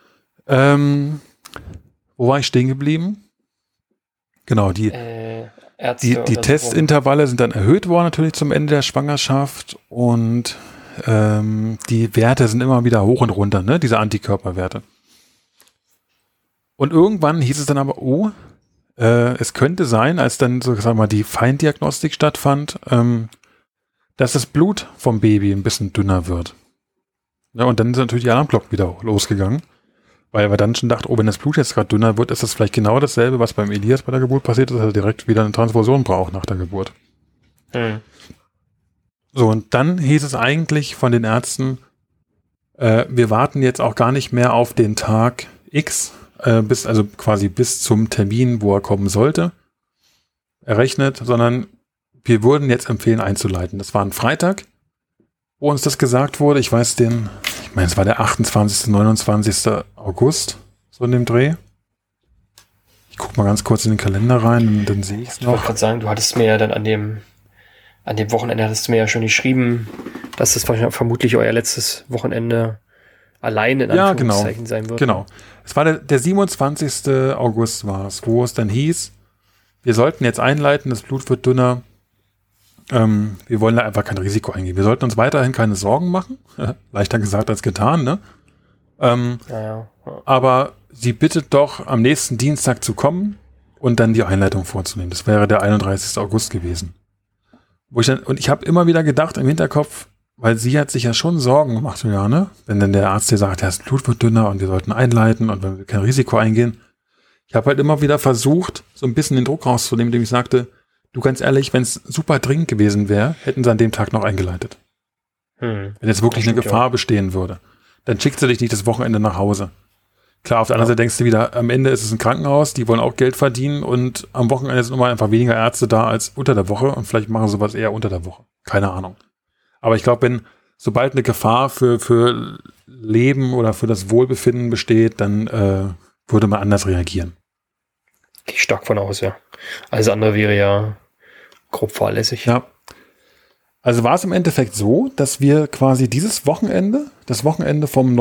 Wo war ich stehen geblieben? Genau, Ärzte die Testintervalle sind dann erhöht worden natürlich zum Ende der Schwangerschaft und die Werte sind immer wieder hoch und runter, ne? Diese Antikörperwerte. Und irgendwann hieß es dann aber, es könnte sein, als dann so sagen wir mal die Feindiagnostik stattfand, dass das Blut vom Baby ein bisschen dünner wird. Ja, und dann sind natürlich die Alarmglocken wieder losgegangen, weil wir dann schon dachten, wenn das Blut jetzt gerade dünner wird, ist das vielleicht genau dasselbe, was beim Elias bei der Geburt passiert ist, dass er direkt wieder eine Transfusion braucht nach der Geburt. So, und dann hieß es eigentlich von den Ärzten, wir warten jetzt auch gar nicht mehr auf den Tag X, bis zum Termin, wo er kommen sollte, errechnet, sondern wir würden jetzt empfehlen einzuleiten. Das war ein Freitag, wo uns das gesagt wurde. Ich meine, es war der 28., 29. August, so in dem Dreh. Ich gucke mal ganz kurz in den Kalender rein und dann sehe ich es noch. Ich wollte gerade sagen, du hattest mir ja dann an dem Wochenende hattest du mir ja schon geschrieben, dass das vermutlich euer letztes Wochenende allein in Anführungszeichen sein wird. Genau. Es war der 27. August war es, wo es dann hieß, wir sollten jetzt einleiten, das Blut wird dünner. Wir wollen da einfach kein Risiko eingehen. Wir sollten uns weiterhin keine Sorgen machen. Leichter gesagt als getan, ne? Aber sie bittet doch, am nächsten Dienstag zu kommen und dann die Einleitung vorzunehmen. Das wäre der 31. August gewesen. Und ich habe immer wieder gedacht im Hinterkopf, weil sie hat sich ja schon Sorgen gemacht, Juliane, wenn dann der Arzt dir sagt, ja, das Blut wird dünner und wir sollten einleiten und wenn wir kein Risiko eingehen. Ich habe halt immer wieder versucht, so ein bisschen den Druck rauszunehmen, indem ich sagte, du, ganz ehrlich, wenn es super dringend gewesen wäre, hätten sie an dem Tag noch eingeleitet. Wenn jetzt wirklich eine Gefahr bestehen würde, dann schickt sie dich nicht das Wochenende nach Hause. Klar, auf der anderen Seite denkst du wieder, am Ende ist es ein Krankenhaus, die wollen auch Geld verdienen und am Wochenende sind immer einfach weniger Ärzte da als unter der Woche und vielleicht machen sie sowas eher unter der Woche. Keine Ahnung. Aber ich glaube, sobald eine Gefahr für Leben oder für das Wohlbefinden besteht, dann würde man anders reagieren. Gehe ich stark von aus, ja. Alles andere wäre ja grob fahrlässig. Ja. Also war es im Endeffekt so, dass wir quasi dieses Wochenende, das Wochenende vom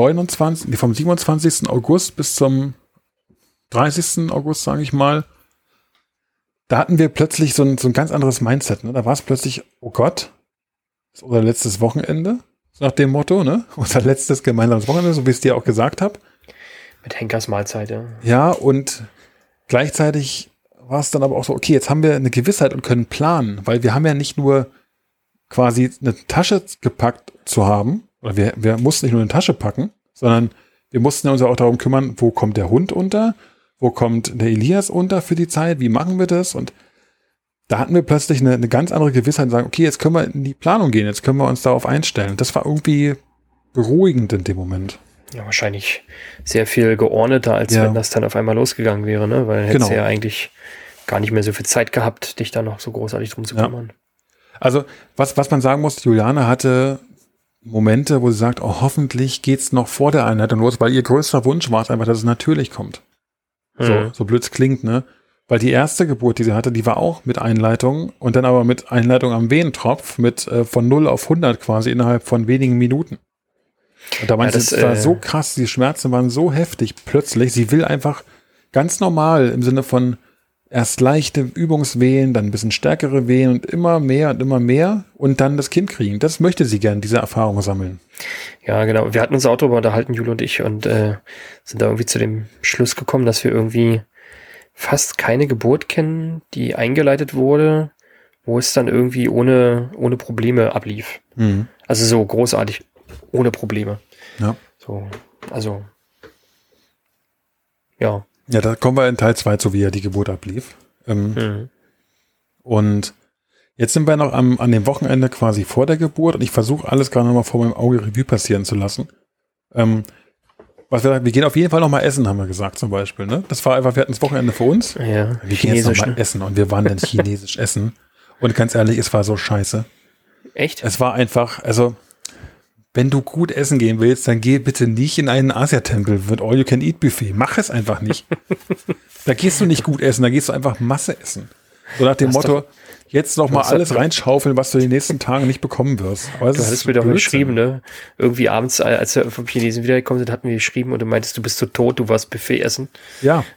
27. August bis zum 30. August, sage ich mal, da hatten wir plötzlich so ein ganz anderes Mindset. Ne? Da war es plötzlich, oh Gott, das ist unser letztes Wochenende, nach dem Motto, ne? Unser letztes gemeinsames Wochenende, so wie ich es dir auch gesagt habe. Mit Henkers Mahlzeit, ja. Ja, und gleichzeitig war es dann aber auch so, okay, jetzt haben wir eine Gewissheit und können planen, weil wir haben ja nicht nur quasi eine Tasche gepackt zu haben, oder wir mussten nicht nur eine Tasche packen, sondern wir mussten uns ja auch darum kümmern, wo kommt der Hund unter, wo kommt der Elias unter für die Zeit, wie machen wir das? Und da hatten wir plötzlich eine ganz andere Gewissheit und sagen, okay, jetzt können wir in die Planung gehen, jetzt können wir uns darauf einstellen. Das war irgendwie beruhigend in dem Moment. Ja, wahrscheinlich sehr viel geordneter, als wenn das dann auf einmal losgegangen wäre, ne? Weil dann hättest du ja eigentlich gar nicht mehr so viel Zeit gehabt, dich da noch so großartig drum zu kümmern. Also, was man sagen muss, Juliane hatte Momente, wo sie sagt, oh, hoffentlich geht's noch vor der Einleitung los, weil ihr größter Wunsch war es einfach, dass es natürlich kommt. So blöd es klingt, ne? Weil die erste Geburt, die sie hatte, die war auch mit Einleitung und dann aber mit Einleitung am Wehentropf mit von 0 auf 100 quasi innerhalb von wenigen Minuten. Und da meinte sie, das war so krass, die Schmerzen waren so heftig plötzlich. Sie will einfach ganz normal im Sinne von erst leichte Übungswehen, dann ein bisschen stärkere Wehen und immer mehr und dann das Kind kriegen. Das möchte sie gern, diese Erfahrung sammeln. Ja, genau. Wir hatten uns auch darüber unterhalten, Jule und ich, und sind da irgendwie zu dem Schluss gekommen, dass wir irgendwie fast keine Geburt kennen, die eingeleitet wurde, wo es dann irgendwie ohne Probleme ablief. Mhm. Also so großartig ohne Probleme. Ja. So, also ja. Ja, da kommen wir in Teil 2 zu, wie ja die Geburt ablief. Und jetzt sind wir noch an dem Wochenende quasi vor der Geburt und ich versuche alles gerade nochmal vor meinem Auge Revue passieren zu lassen. Wir gehen auf jeden Fall nochmal essen, haben wir gesagt zum Beispiel. Ne? Das war einfach, wir hatten das Wochenende für uns. Ja, wir gehen jetzt nochmal essen und wir waren dann chinesisch essen. Und ganz ehrlich, es war so scheiße. Echt? Es war einfach, also wenn du gut essen gehen willst, dann geh bitte nicht in einen Asia-Tempel mit All-You-Can-Eat-Buffet. Mach es einfach nicht. Da gehst du nicht gut essen, da gehst du einfach Masse essen. So nach dem Motto, jetzt noch mal alles reinschaufeln, was du in den nächsten Tagen nicht bekommen wirst. Aber du hattest mir doch geschrieben, ne? Irgendwie abends, als wir vom Chinesen wiedergekommen sind, hatten wir geschrieben und du meintest, du bist so tot, du warst Buffet essen. Ja.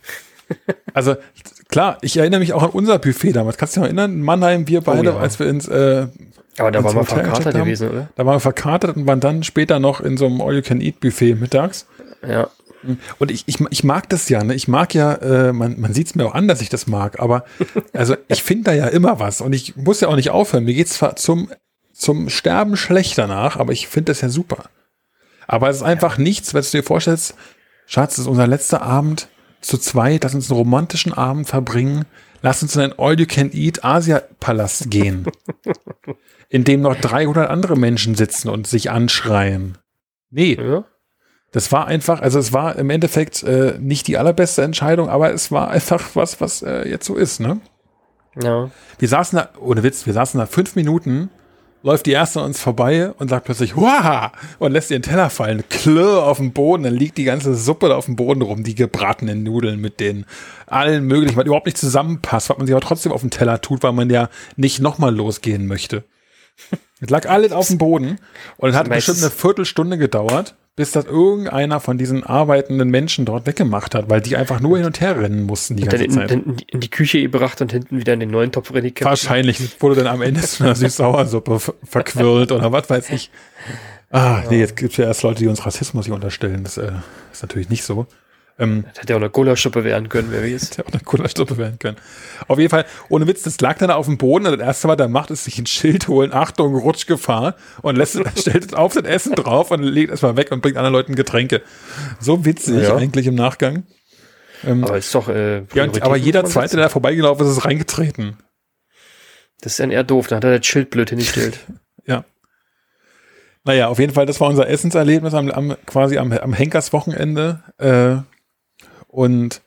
Also klar, ich erinnere mich auch an unser Buffet damals. Kannst du dich noch erinnern? In Mannheim, wir beide, als wir ins aber da waren wir verkatert gewesen, oder? Da waren wir verkatert und waren dann später noch in so einem All-You-Can-Eat-Buffet mittags. Ja. Und ich mag das ja, ne? Ich mag ja, man sieht es mir auch an, dass ich das mag, aber also ich finde da ja immer was und ich muss ja auch nicht aufhören. Mir geht's zwar zum Sterben schlecht danach, aber ich finde das ja super. Aber es ist einfach nichts, wenn du dir vorstellst, Schatz, das ist unser letzter Abend zu zweit, lass uns einen romantischen Abend verbringen, lass uns in einen All-You-Can-Eat-Asia-Palast gehen, in dem noch 300 andere Menschen sitzen und sich anschreien. Nee. Ja. Das war einfach, also es war im Endeffekt nicht die allerbeste Entscheidung, aber es war einfach was jetzt so ist, ne? Ja. Wir saßen da, ohne Witz, 5 Minuten, läuft die Erste an uns vorbei und sagt plötzlich, Huah! Und lässt ihren Teller fallen, klirr auf dem Boden, dann liegt die ganze Suppe da auf dem Boden rum, die gebratenen Nudeln mit den allen möglichen, was überhaupt nicht zusammenpasst, was man sich aber trotzdem auf den Teller tut, weil man ja nicht nochmal losgehen möchte. Es lag alles auf dem Boden und es hat bestimmt eine Viertelstunde gedauert, bis das irgendeiner von diesen arbeitenden Menschen dort weggemacht hat, weil die einfach nur hin und her rennen mussten die ganze Zeit. Dann in die Küche gebracht und hinten wieder in den neuen Topf reingekippt. Wahrscheinlich wurde dann am Ende zu einer Süß-Sauersuppe verquirlt oder was weiß ich. Nee, jetzt gibt es ja erst Leute, die uns Rassismus hier unterstellen. Das ist natürlich nicht so. Das hätte ja auch eine Cola-Suppe werden können, wer weiß. Hätte auch eine Cola-Suppe werden können. Auf jeden Fall, ohne Witz, das lag dann auf dem Boden und das Erste, was er macht, ist sich ein Schild holen, Achtung, Rutschgefahr und stellt es auf das Essen drauf und legt es mal weg und bringt anderen Leuten Getränke. So witzig eigentlich im Nachgang. Aber ist doch aber jeder Zweite, der da vorbeigelaufen ist reingetreten. Das ist dann eher doof, dann hat er das Schild blöd hingestellt. Ja. Naja, auf jeden Fall, das war unser Essenserlebnis quasi am Henkerswochenende. Und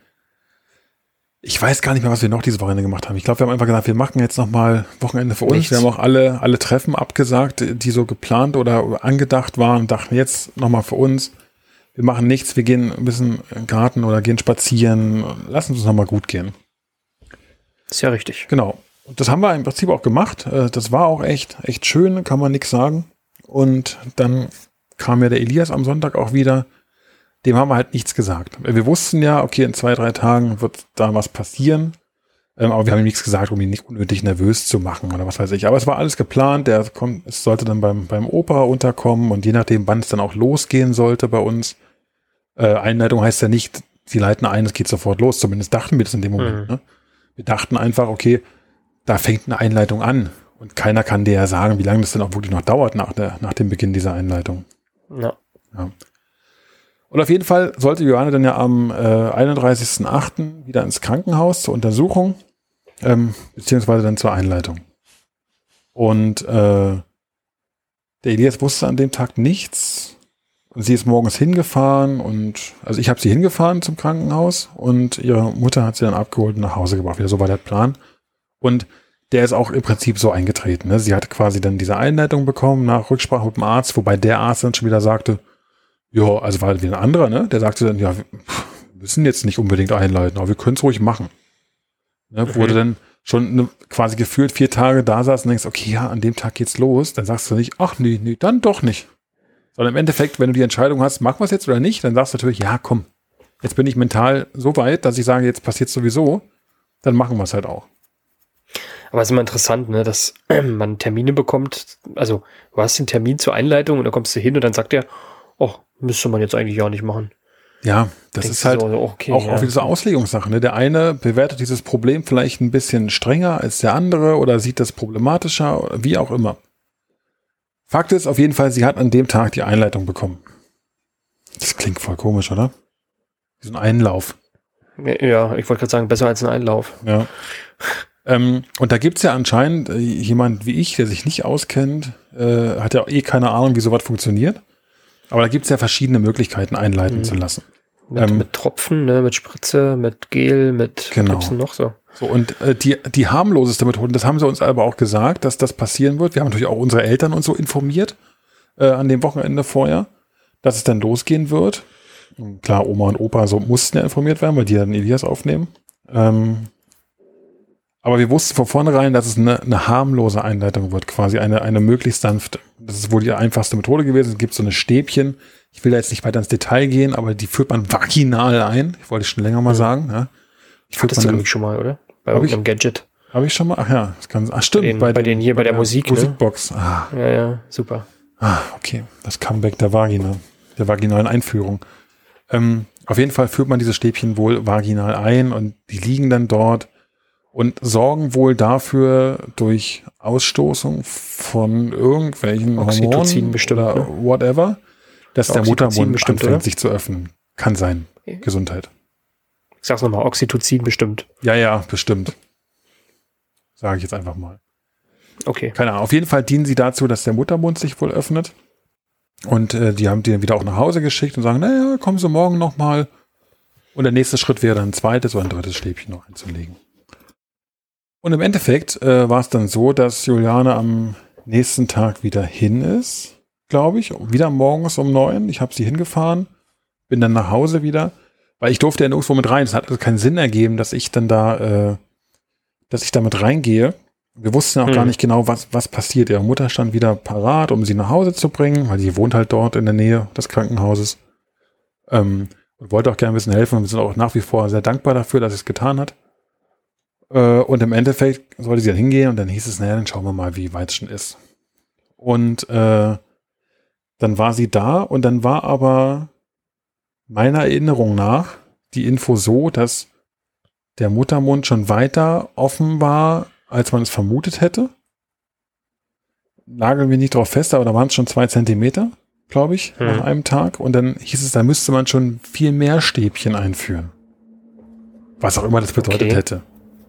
ich weiß gar nicht mehr, was wir noch diese Wochenende gemacht haben. Ich glaube, wir haben einfach gesagt, wir machen jetzt nochmal Wochenende für uns. Nichts. Wir haben auch alle Treffen abgesagt, die so geplant oder angedacht waren und dachten jetzt nochmal für uns. Wir machen nichts, wir gehen ein bisschen in den Garten oder gehen spazieren. Lassen uns nochmal gut gehen. Ist ja richtig. Genau. Das haben wir im Prinzip auch gemacht. Das war auch echt schön, kann man nichts sagen. Und dann kam ja der Elias am Sonntag auch wieder. Dem haben wir halt nichts gesagt. Wir wussten ja, okay, in 2-3 Tagen wird da was passieren. Aber wir haben ihm nichts gesagt, um ihn nicht unnötig nervös zu machen oder was weiß ich. Aber es war alles geplant. Es sollte dann beim Opa unterkommen und je nachdem, wann es dann auch losgehen sollte bei uns. Einleitung heißt ja nicht, sie leiten ein, es geht sofort los. Zumindest dachten wir das in dem Moment. Ne? Wir dachten einfach, okay, da fängt eine Einleitung an. Und keiner kann dir ja sagen, wie lange das denn auch wirklich noch dauert nach dem Beginn dieser Einleitung. Ja. Und auf jeden Fall sollte Johanne dann ja am 31.08. wieder ins Krankenhaus zur Untersuchung, beziehungsweise dann zur Einleitung. Und der Elias wusste an dem Tag nichts. Und sie ist morgens hingefahren also ich habe sie hingefahren zum Krankenhaus und ihre Mutter hat sie dann abgeholt und nach Hause gebracht. Wieder so war der Plan. Und der ist auch im Prinzip so eingetreten. Ne? Sie hat quasi dann diese Einleitung bekommen nach Rücksprache mit dem Arzt, wobei der Arzt dann schon wieder sagte, ja, also war halt wieder ein anderer, ne? Der sagte dann, ja, wir müssen jetzt nicht unbedingt einleiten, aber wir können es ruhig machen. Ne? Wurde dann schon quasi gefühlt 4 Tage da saß und denkst, okay, ja, an dem Tag geht's los. Dann sagst du nicht, ach nee, dann doch nicht. Sondern im Endeffekt, wenn du die Entscheidung hast, machen wir es jetzt oder nicht, dann sagst du natürlich, ja, komm, jetzt bin ich mental so weit, dass ich sage, jetzt passiert sowieso, dann machen wir es halt auch. Aber es ist immer interessant, ne, dass man Termine bekommt. Also du hast den Termin zur Einleitung und dann kommst du hin und dann sagt er, oh, müsste man jetzt eigentlich ja nicht machen. Ja, das ist halt so, okay, auch wieder so Auslegungssache. Ne? Der eine bewertet dieses Problem vielleicht ein bisschen strenger als der andere oder sieht das problematischer oder wie auch immer. Fakt ist auf jeden Fall, sie hat an dem Tag die Einleitung bekommen. Das klingt voll komisch, oder? Wie so ein Einlauf. Ja, ich wollte gerade sagen, besser als ein Einlauf. Ja. Und da gibt's ja anscheinend jemand wie ich, der sich nicht auskennt, hat ja keine Ahnung, wie sowas funktioniert. Aber da gibt's ja verschiedene Möglichkeiten, einleiten zu lassen. Mit Tropfen, ne, mit Spritze, mit Gel, mit gibt's noch so. So, und die harmloseste Methode, das haben sie uns aber auch gesagt, dass das passieren wird. Wir haben natürlich auch unsere Eltern und so informiert an dem Wochenende vorher, dass es dann losgehen wird. Und klar, Oma und Opa so mussten ja informiert werden, weil die dann Elias aufnehmen. Aber wir wussten von vornherein, dass es eine harmlose Einleitung wird, quasi eine möglichst sanfte. Das ist wohl die einfachste Methode gewesen. Es gibt so eine Stäbchen. Ich will da jetzt nicht weiter ins Detail gehen, aber die führt man vaginal ein. Ich wollte es schon länger mal sagen. Ja. Hattest du nämlich schon mal, oder? Bei irgendeinem Gadget. Habe ich schon mal? Ach ja, das kann stimmt. Bei der Musik, Musikbox. Ne? Ja, super. Okay. Das Comeback der Vagina. Der vaginalen Einführung. Auf jeden Fall führt man diese Stäbchen wohl vaginal ein und die liegen dann dort und sorgen wohl dafür durch Ausstoßung von irgendwelchen Hormonen bestimmt, oder whatever, dass der Muttermund bestimmt, anfängt, oder? sich zu öffnen. Kann sein. Okay. Gesundheit. Ich sag's nochmal, Oxytocin bestimmt. Ja, bestimmt. Sage ich jetzt einfach mal. Okay. Keine Ahnung. Auf jeden Fall dienen sie dazu, dass der Muttermund sich wohl öffnet. Und die haben die dann wieder auch nach Hause geschickt und sagen, naja, kommen Sie morgen nochmal. Und der nächste Schritt wäre dann ein zweites oder ein drittes Stäbchen noch einzulegen. Und im Endeffekt war es dann so, dass Juliane am nächsten Tag wieder hin ist, glaube ich. Wieder morgens um 9. Ich habe sie hingefahren, bin dann nach Hause wieder, weil ich durfte ja nirgendwo mit rein. Es hat also keinen Sinn ergeben, dass ich dann da, dass ich damit reingehe. Wir wussten auch gar nicht genau, was passiert. Ihre Mutter stand wieder parat, um sie nach Hause zu bringen, weil sie wohnt halt dort in der Nähe des Krankenhauses. Und wollte auch gerne ein bisschen helfen. Und wir sind auch nach wie vor sehr dankbar dafür, dass sie es getan hat. Und im Endeffekt sollte sie dann hingehen und dann hieß es, naja, dann schauen wir mal, wie weit es schon ist. Und dann war sie da und dann war aber meiner Erinnerung nach die Info so, dass der Muttermund schon weiter offen war, als man es vermutet hätte. Nageln wir nicht drauf fest, aber da waren es schon 2 Zentimeter, glaube ich, nach einem Tag. Und dann hieß es, da müsste man schon viel mehr Stäbchen einführen. Was auch immer das bedeutet hätte.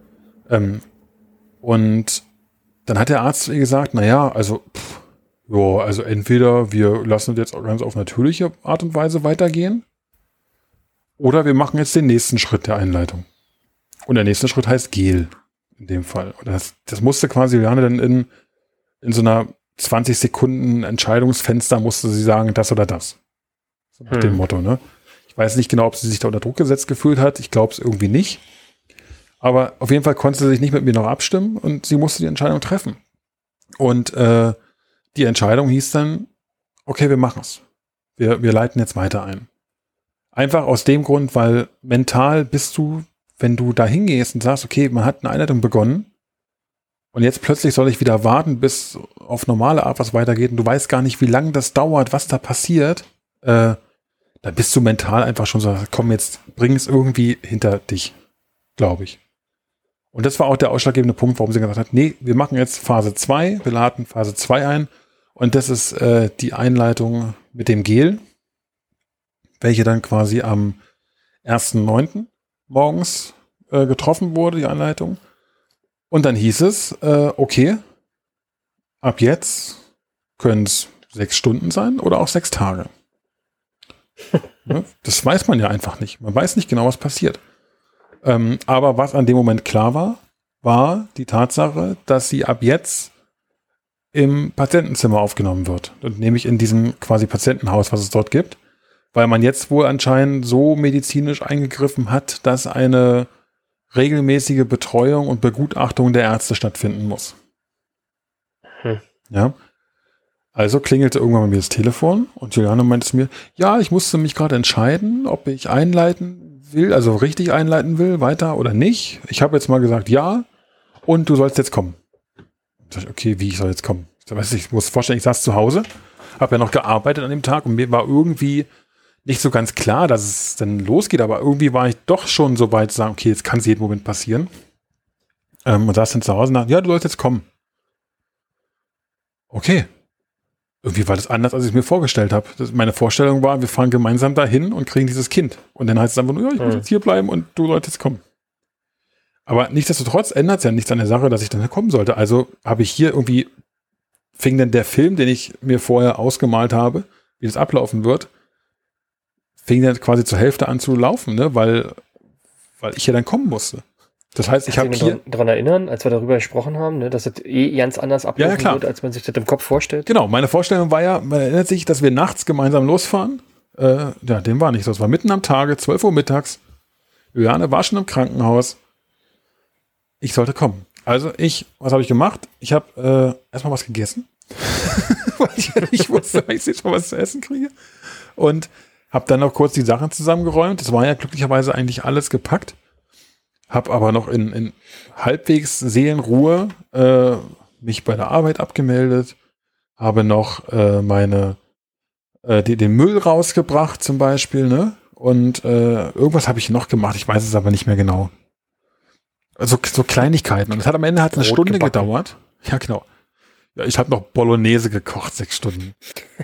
Und dann hat der Arzt gesagt, naja, also entweder wir lassen das jetzt ganz auf natürliche Art und Weise weitergehen oder wir machen jetzt den nächsten Schritt der Einleitung. Und der nächste Schritt heißt Gel in dem Fall. Und das musste quasi Juliane dann in so einer 20 Sekunden Entscheidungsfenster musste sie sagen, das oder das. So nach dem Motto, ne? Ich weiß nicht genau, ob sie sich da unter Druck gesetzt gefühlt hat. Ich glaube es irgendwie nicht. Aber auf jeden Fall konnte sie sich nicht mit mir noch abstimmen und sie musste die Entscheidung treffen. Und die Entscheidung hieß dann, okay, wir machen es. Wir leiten jetzt weiter ein. Einfach aus dem Grund, weil mental bist du, wenn du da hingehst und sagst, okay, man hat eine Einleitung begonnen und jetzt plötzlich soll ich wieder warten, bis auf normale Art was weitergeht und du weißt gar nicht, wie lange das dauert, was da passiert, da bist du mental einfach schon so, komm, jetzt bring es irgendwie hinter dich, glaube ich. Und das war auch der ausschlaggebende Punkt, warum sie gesagt hat, nee, wir machen jetzt Phase 2, wir laden Phase 2 ein und das ist die Einleitung mit dem Gel, welche dann quasi am 1.9. morgens getroffen wurde, die Einleitung. Und dann hieß es, okay, ab jetzt können es 6 Stunden sein oder auch 6 Tage. Ne? Das weiß man ja einfach nicht. Man weiß nicht genau, was passiert. Aber was an dem Moment klar war, war die Tatsache, dass sie ab jetzt im Patientenzimmer aufgenommen wird. Und nämlich in diesem quasi Patientenhaus, was es dort gibt. Weil man jetzt wohl anscheinend so medizinisch eingegriffen hat, dass eine regelmäßige Betreuung und Begutachtung der Ärzte stattfinden muss. Ja. Also klingelte irgendwann bei mir das Telefon und Juliane meinte zu mir, ja, ich musste mich gerade entscheiden, ob ich einleiten will, also richtig einleiten will, weiter oder nicht. Ich habe jetzt mal gesagt, ja, und du sollst jetzt kommen. Ich dachte, okay, wie, ich soll jetzt kommen? Ich muss vorstellen, ich saß zu Hause, habe ja noch gearbeitet an dem Tag und mir war irgendwie nicht so ganz klar, dass es dann losgeht, aber irgendwie war ich doch schon so weit zu sagen, okay, jetzt kann es jeden Moment passieren. Und saß dann zu Hause und dachte, ja, du sollst jetzt kommen. Okay. Irgendwie war das anders, als ich es mir vorgestellt habe. Meine Vorstellung war, wir fahren gemeinsam dahin und kriegen dieses Kind. Und dann heißt es einfach nur, ja, ich muss jetzt hier bleiben und du sollst jetzt kommen. Aber nichtsdestotrotz ändert es ja nichts an der Sache, dass ich dann kommen sollte. Also habe ich hier irgendwie, fing dann der Film, den ich mir vorher ausgemalt habe, wie das ablaufen wird, fing dann quasi zur Hälfte an zu laufen, ne? weil ich ja dann kommen musste. Das heißt, ich habe hier... daran erinnern, als wir darüber gesprochen haben, ne, dass das ganz anders ablaufen wird, als man sich das im Kopf vorstellt? Genau, meine Vorstellung war ja, man erinnert sich, dass wir nachts gemeinsam losfahren. Dem war nicht so. Es war mitten am Tage, 12 Uhr mittags. Juliane war schon im Krankenhaus. Ich sollte kommen. Also was habe ich gemacht? Ich habe erstmal was gegessen. Weil ich ja nicht wusste, ob ich jetzt schon was zu essen kriege. Und habe dann noch kurz die Sachen zusammengeräumt. Das war ja glücklicherweise eigentlich alles gepackt. Habe aber noch in halbwegs Seelenruhe mich bei der Arbeit abgemeldet, habe noch den Müll rausgebracht zum Beispiel, ne? Und irgendwas habe ich noch gemacht, ich weiß es aber nicht mehr genau. Also so Kleinigkeiten. Und es hat am Ende eine Stunde gedauert. Ja, genau. Ja, ich habe noch Bolognese gekocht, 6 Stunden.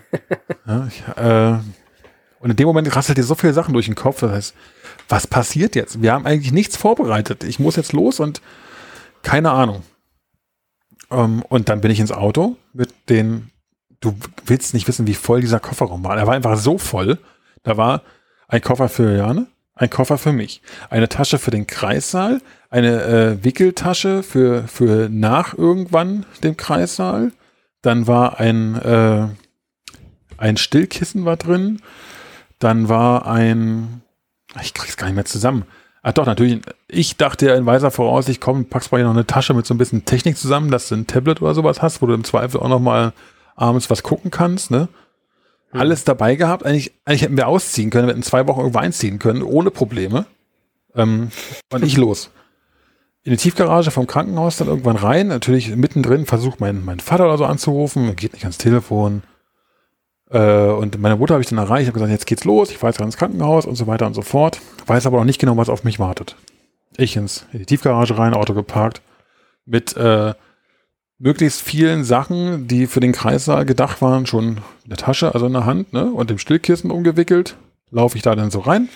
Ja, und in dem Moment rasselt dir so viele Sachen durch den Kopf. Das heißt, was passiert jetzt? Wir haben eigentlich nichts vorbereitet. Ich muss jetzt los und keine Ahnung. Und dann bin ich ins Auto mit du willst nicht wissen, wie voll dieser Kofferraum war. Er war einfach so voll. Da war ein Koffer für Juliane, ein Koffer für mich, eine Tasche für den Kreissaal, eine Wickeltasche für nach irgendwann dem Kreissaal. Dann war ein Stillkissen war drin. Dann war ich krieg's gar nicht mehr zusammen. Ach doch, natürlich, ich dachte ja in weiser Voraussicht, komm, packst mal hier noch eine Tasche mit so ein bisschen Technik zusammen, dass du ein Tablet oder sowas hast, wo du im Zweifel auch noch mal abends was gucken kannst, ne? Alles dabei gehabt. Eigentlich hätten wir ausziehen können, wir hätten 2 Wochen irgendwo einziehen können, ohne Probleme. Und ich los. In die Tiefgarage vom Krankenhaus dann irgendwann rein, natürlich mittendrin versucht mein Vater oder so anzurufen, geht nicht ans Telefon. Und meine Mutter habe ich dann erreicht, habe gesagt, jetzt geht's los, ich fahre jetzt ins Krankenhaus und so weiter und so fort. Weiß aber noch nicht genau, was auf mich wartet. Ich in die Tiefgarage rein, Auto geparkt, mit möglichst vielen Sachen, die für den Kreissaal gedacht waren, schon in der Tasche, also in der Hand, ne, und dem Stillkissen umgewickelt, laufe ich da dann so rein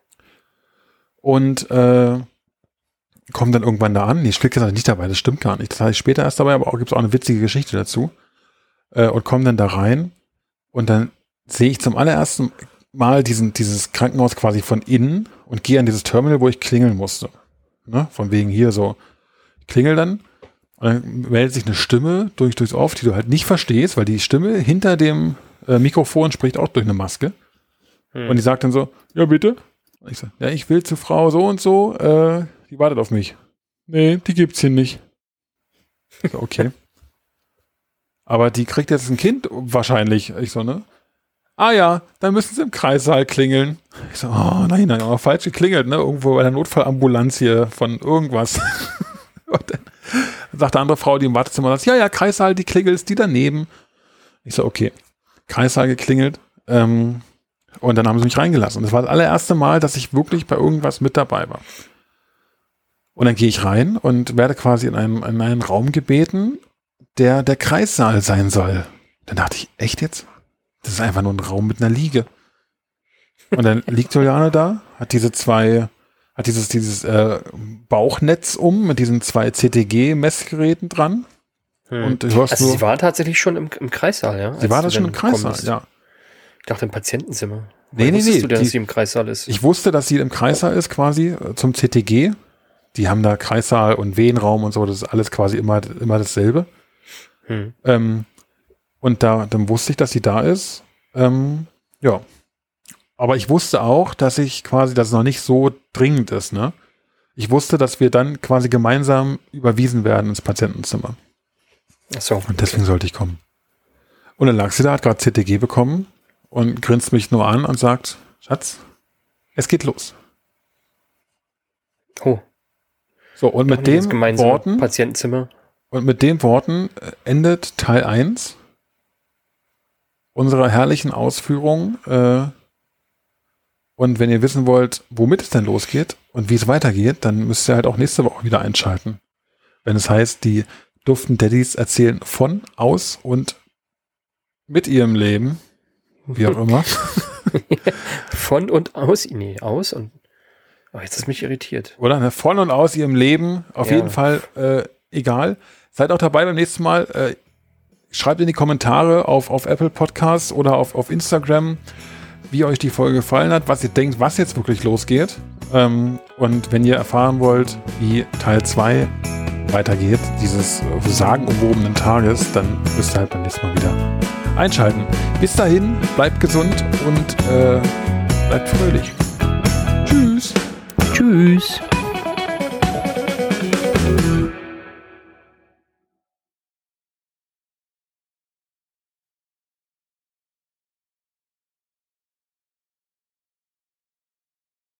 und komme dann irgendwann da an. Die Stillkissen hatte ich nicht dabei, das stimmt gar nicht. Das hatte ich später erst dabei, aber gibt es auch eine witzige Geschichte dazu. Und komme dann da rein. Und dann sehe ich zum allerersten Mal dieses Krankenhaus quasi von innen und gehe an dieses Terminal, wo ich klingeln musste. Ne? Von wegen hier so. Ich klingel dann und dann meldet sich eine Stimme durchs Off, die du halt nicht verstehst, weil die Stimme hinter dem Mikrofon spricht auch durch eine Maske. Und die sagt dann so, ja bitte? Und ich so, ja, ich will zu Frau so und so, die wartet auf mich. Nee, die gibt's hier nicht. Ich so, okay. Aber die kriegt jetzt ein Kind wahrscheinlich. Ich so, ne? Ah ja, dann müssen sie im Kreissaal klingeln. Ich so, oh nein, aber falsch geklingelt, ne? Irgendwo bei der Notfallambulanz hier von irgendwas. Und dann sagt eine andere Frau, die im Wartezimmer sagt, ja, Kreissaal, die klingelt, ist die daneben. Ich so, okay. Kreissaal geklingelt. Und dann haben sie mich reingelassen. Und das war das allererste Mal, dass ich wirklich bei irgendwas mit dabei war. Und dann gehe ich rein und werde quasi in einen Raum gebeten, der Kreissaal sein soll. Dann dachte ich, echt jetzt? Das ist einfach nur ein Raum mit einer Liege. Und dann liegt Juliane da, hat dieses Bauchnetz mit diesen 2 CTG-Messgeräten dran. Und du hörst sie war tatsächlich schon im Kreissaal, ja? Sie war da schon im Kreissaal, ja. Ich dachte im Patientenzimmer. Nee. Wusstest du denn, dass sie im Kreissaal ist? Ich wusste, dass sie im Kreissaal ist quasi zum CTG. Die haben da Kreissaal und Wehenraum und so, das ist alles quasi immer dasselbe. Und dann wusste ich, dass sie da ist. Ja. Aber ich wusste auch, dass es noch nicht so dringend ist, ne? Ich wusste, dass wir dann quasi gemeinsam überwiesen werden ins Patientenzimmer. Ach so. Und deswegen sollte ich kommen. Und dann lag sie da, hat gerade CTG bekommen und grinst mich nur an und sagt, Schatz, es geht los. Oh. So, und mit den Worten Patientenzimmer. Und mit den Worten endet Teil 1 unserer herrlichen Ausführung. Und wenn ihr wissen wollt, womit es denn losgeht und wie es weitergeht, dann müsst ihr halt auch nächste Woche wieder einschalten. Wenn es heißt, die Duften Daddies erzählen von, aus und mit ihrem Leben. Wie auch immer. Von und aus? Nee, aus und... Oh, jetzt ist mich irritiert. Oder? Ne? Von und aus ihrem Leben. Auf jeden Fall egal. Seid auch dabei beim nächsten Mal. Schreibt in die Kommentare auf Apple Podcasts oder auf Instagram, wie euch die Folge gefallen hat, was ihr denkt, was jetzt wirklich losgeht. Und wenn ihr erfahren wollt, wie Teil 2 weitergeht, dieses sagenumwobenen Tages, dann müsst ihr halt beim nächsten Mal wieder einschalten. Bis dahin, bleibt gesund und bleibt fröhlich. Tschüss. Tschüss.